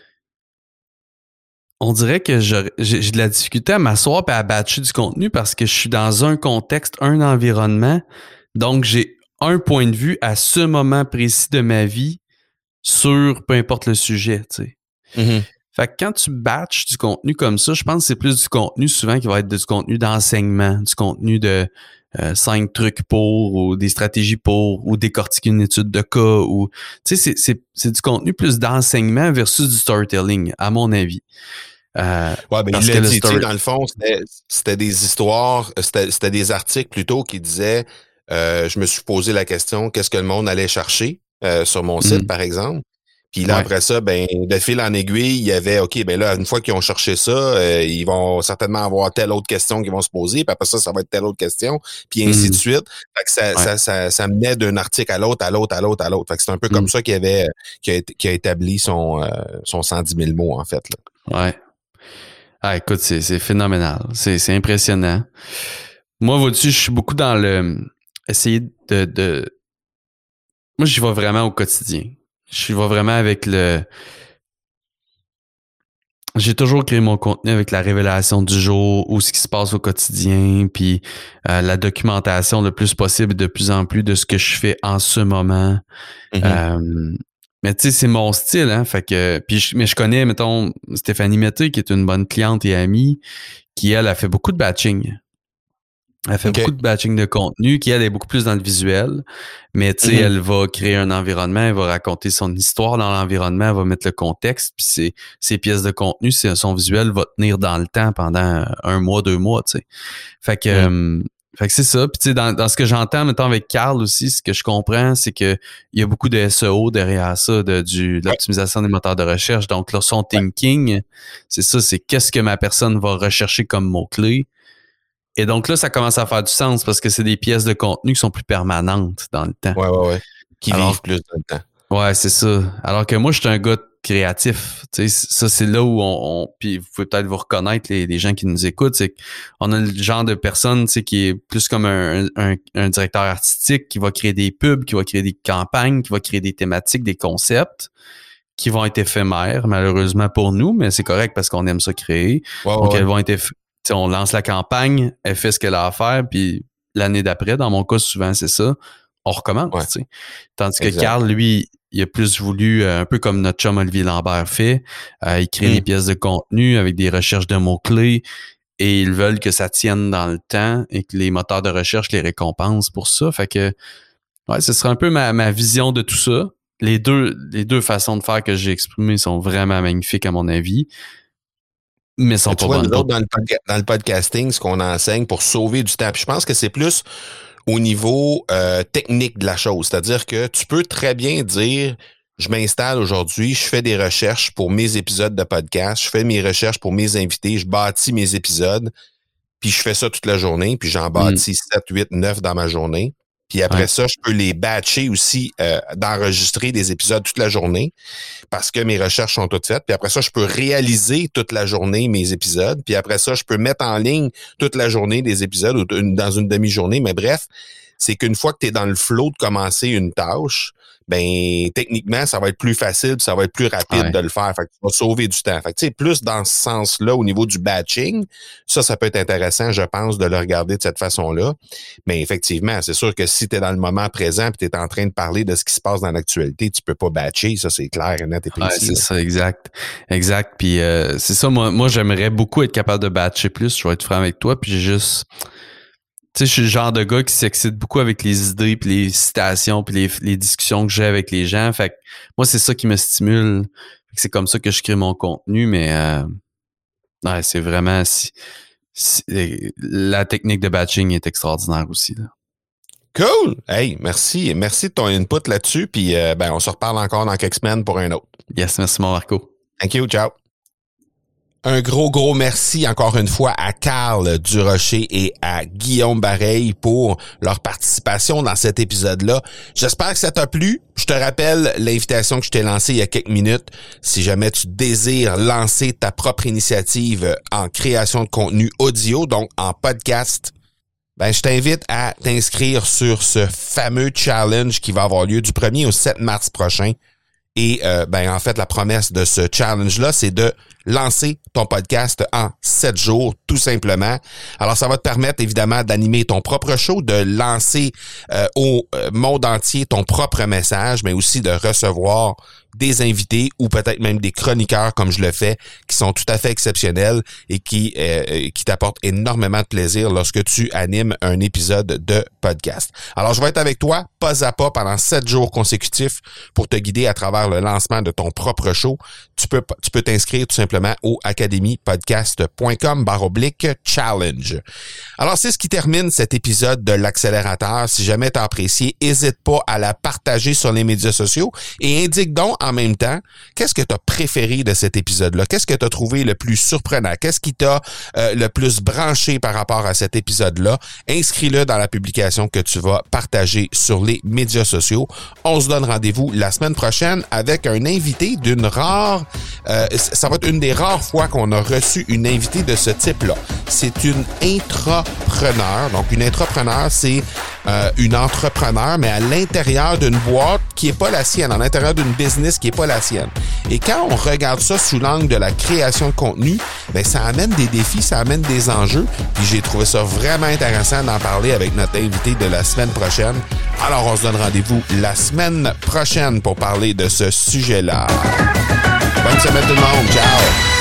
[SPEAKER 4] on dirait que j'ai de la difficulté à m'asseoir et à batcher du contenu parce que je suis dans un contexte, un environnement. Donc, j'ai un point de vue à ce moment précis de ma vie sur peu importe le sujet, tu sais.
[SPEAKER 2] Mm-hmm.
[SPEAKER 4] Fait que quand tu batches du contenu comme ça, je pense que c'est plus du contenu souvent qui va être du contenu d'enseignement, du contenu de 5 trucs pour, ou des stratégies pour, ou décortiquer une étude de cas, ou tu sais, c'est du contenu plus d'enseignement versus du storytelling, à mon avis.
[SPEAKER 2] Ouais, ben il l'a dit, dans le fond, c'était des histoires, c'était des articles plutôt qui disaient je me suis posé la question, qu'est-ce que le monde allait chercher sur mon site, par exemple. Puis là, après ça, ben, de fil en aiguille, il y avait, OK, ben là, une fois qu'ils ont cherché ça, ils vont certainement avoir telle autre question qui vont se poser, puis après ça va être telle autre question, puis ainsi de suite. Fait que ça menait d'un article à l'autre, à l'autre, à l'autre, à l'autre. Fait que c'est un peu comme ça qu'il a établi son 110 000 mots, en fait, là.
[SPEAKER 4] Ouais. Ah, écoute, c'est phénoménal. C'est impressionnant. Moi, vois-tu, je suis beaucoup dans essayer de... Moi, j'y vais vraiment au quotidien. Je vais vraiment avec j'ai toujours créé mon contenu avec la révélation du jour, ou ce qui se passe au quotidien, puis la documentation le plus possible, de plus en plus de ce que je fais en ce moment. Mais tu sais, c'est mon style, hein. Fait que, mais je connais, mettons, Stéphanie Mété, qui est une bonne cliente et amie, qui, elle, a fait beaucoup de batching. Elle fait beaucoup de batching de contenu, qui, elle, est beaucoup plus dans le visuel. Mais, tu sais, elle va créer un environnement, elle va raconter son histoire dans l'environnement, elle va mettre le contexte, puis ses pièces de contenu, son visuel va tenir dans le temps pendant 1 mois, 2 mois, tu sais. Fait que c'est ça. Puis, tu sais, dans ce que j'entends, mettons, avec Carl aussi, ce que je comprends, c'est que il y a beaucoup de SEO derrière ça, de l'optimisation des moteurs de recherche. Donc, là, son thinking, c'est ça, c'est qu'est-ce que ma personne va rechercher comme mot-clé. Et donc là, ça commence à faire du sens parce que c'est des pièces de contenu qui sont plus permanentes dans le temps.
[SPEAKER 2] Ouais. Qui vivent plus dans le temps.
[SPEAKER 4] Ouais, c'est ça. Alors que moi, je suis un gars créatif. Tu sais, ça, c'est là où puis vous pouvez peut-être vous reconnaître, les gens qui nous écoutent, c'est qu'on a le genre de personne, tu sais, qui est plus comme un directeur artistique qui va créer des pubs, qui va créer des campagnes, qui va créer des thématiques, des concepts qui vont être éphémères, malheureusement pour nous, mais c'est correct parce qu'on aime ça créer. Donc, elles vont être t'sais, on lance la campagne, elle fait ce qu'elle a à faire, puis l'année d'après, dans mon cas, souvent, c'est ça, on recommence. T'sais. Tandis que Carl, lui, il a plus voulu, un peu comme notre chum Olivier Lambert fait, il crée des pièces de contenu avec des recherches de mots-clés, et ils veulent que ça tienne dans le temps et que les moteurs de recherche les récompensent pour ça. Fait que, ouais, ce serait un peu ma vision de tout ça. Les deux façons de faire que j'ai exprimées sont vraiment magnifiques à mon avis. Mais sont pas bonnes.
[SPEAKER 2] Dans le podcasting, ce qu'on enseigne pour sauver du temps, puis je pense que c'est plus au niveau technique de la chose. C'est-à-dire que tu peux très bien dire, je m'installe aujourd'hui, je fais des recherches pour mes épisodes de podcast, je fais mes recherches pour mes invités, je bâtis mes épisodes, puis je fais ça toute la journée, puis j'en bâtis 7, 8, 9 dans ma journée. Puis après ça, je peux les batcher aussi, d'enregistrer des épisodes toute la journée parce que mes recherches sont toutes faites. Puis après ça, je peux réaliser toute la journée mes épisodes. Puis après ça, je peux mettre en ligne toute la journée des épisodes ou dans une demi-journée. Mais bref, c'est qu'une fois que tu es dans le flow de commencer une tâche, ben techniquement, ça va être plus facile, ça va être plus rapide de le faire. Fait que tu vas sauver du temps. Fait que tu sais, plus dans ce sens-là, au niveau du batching, ça peut être intéressant, je pense, de le regarder de cette façon-là. Mais effectivement, c'est sûr que si tu es dans le moment présent et tu es en train de parler de ce qui se passe dans l'actualité, tu peux pas batcher, ça c'est clair, net et précis.
[SPEAKER 4] C'est ça, exact. Puis c'est ça, moi j'aimerais beaucoup être capable de batcher plus, je vais être franc avec toi, puis j'ai juste... Tu sais, je suis le genre de gars qui s'excite beaucoup avec les idées, puis les citations, puis les discussions que j'ai avec les gens. Fait que moi, c'est ça qui me stimule. C'est comme ça que je crée mon contenu, mais ouais, c'est vraiment... la technique de batching est extraordinaire aussi, là.
[SPEAKER 2] Cool! Hey, merci de ton input là-dessus, puis on se reparle encore dans quelques semaines pour un autre.
[SPEAKER 4] Yes, merci mon Marco.
[SPEAKER 2] Thank you, ciao! Un gros merci encore une fois à Carl Durocher et à Guillaume Bareil pour leur participation dans cet épisode-là. J'espère que ça t'a plu. Je te rappelle l'invitation que je t'ai lancée il y a quelques minutes. Si jamais tu désires lancer ta propre initiative en création de contenu audio, donc en podcast, ben je t'invite à t'inscrire sur ce fameux challenge qui va avoir lieu du 1er au 7 mars prochain. Et en fait, la promesse de ce challenge-là, c'est de lancer ton podcast en 7 jours, tout simplement. Alors, ça va te permettre, évidemment, d'animer ton propre show, de lancer au monde entier ton propre message, mais aussi de recevoir des invités ou peut-être même des chroniqueurs, comme je le fais, qui sont tout à fait exceptionnels et qui t'apportent énormément de plaisir lorsque tu animes un épisode de podcast. Alors, je vais être avec toi, pas à pas, pendant 7 jours consécutifs pour te guider à travers le lancement de ton propre show. Tu peux t'inscrire tout simplement au academypodcast.com/challenge. Alors, c'est ce qui termine cet épisode de l'accélérateur. Si jamais t'as apprécié, n'hésite pas à la partager sur les médias sociaux et indique donc en même temps, qu'est-ce que tu as préféré de cet épisode-là? Qu'est-ce que tu as trouvé le plus surprenant? Qu'est-ce qui t'a le plus branché par rapport à cet épisode-là? Inscris-le dans la publication que tu vas partager sur les médias sociaux. On se donne rendez-vous la semaine prochaine avec un invité d'une rare... ça va être une des rares fois qu'on a reçu une invitée de ce type-là. C'est une intrapreneur. Donc, une intrapreneur, c'est une entrepreneur, mais à l'intérieur d'une boîte qui est pas la sienne, à l'intérieur d'une business qui est pas la sienne. Et quand on regarde ça sous l'angle de la création de contenu, ben ça amène des défis, ça amène des enjeux. Puis j'ai trouvé ça vraiment intéressant d'en parler avec notre invité de la semaine prochaine. Alors on se donne rendez-vous la semaine prochaine pour parler de ce sujet-là. Bonne semaine tout le monde, ciao!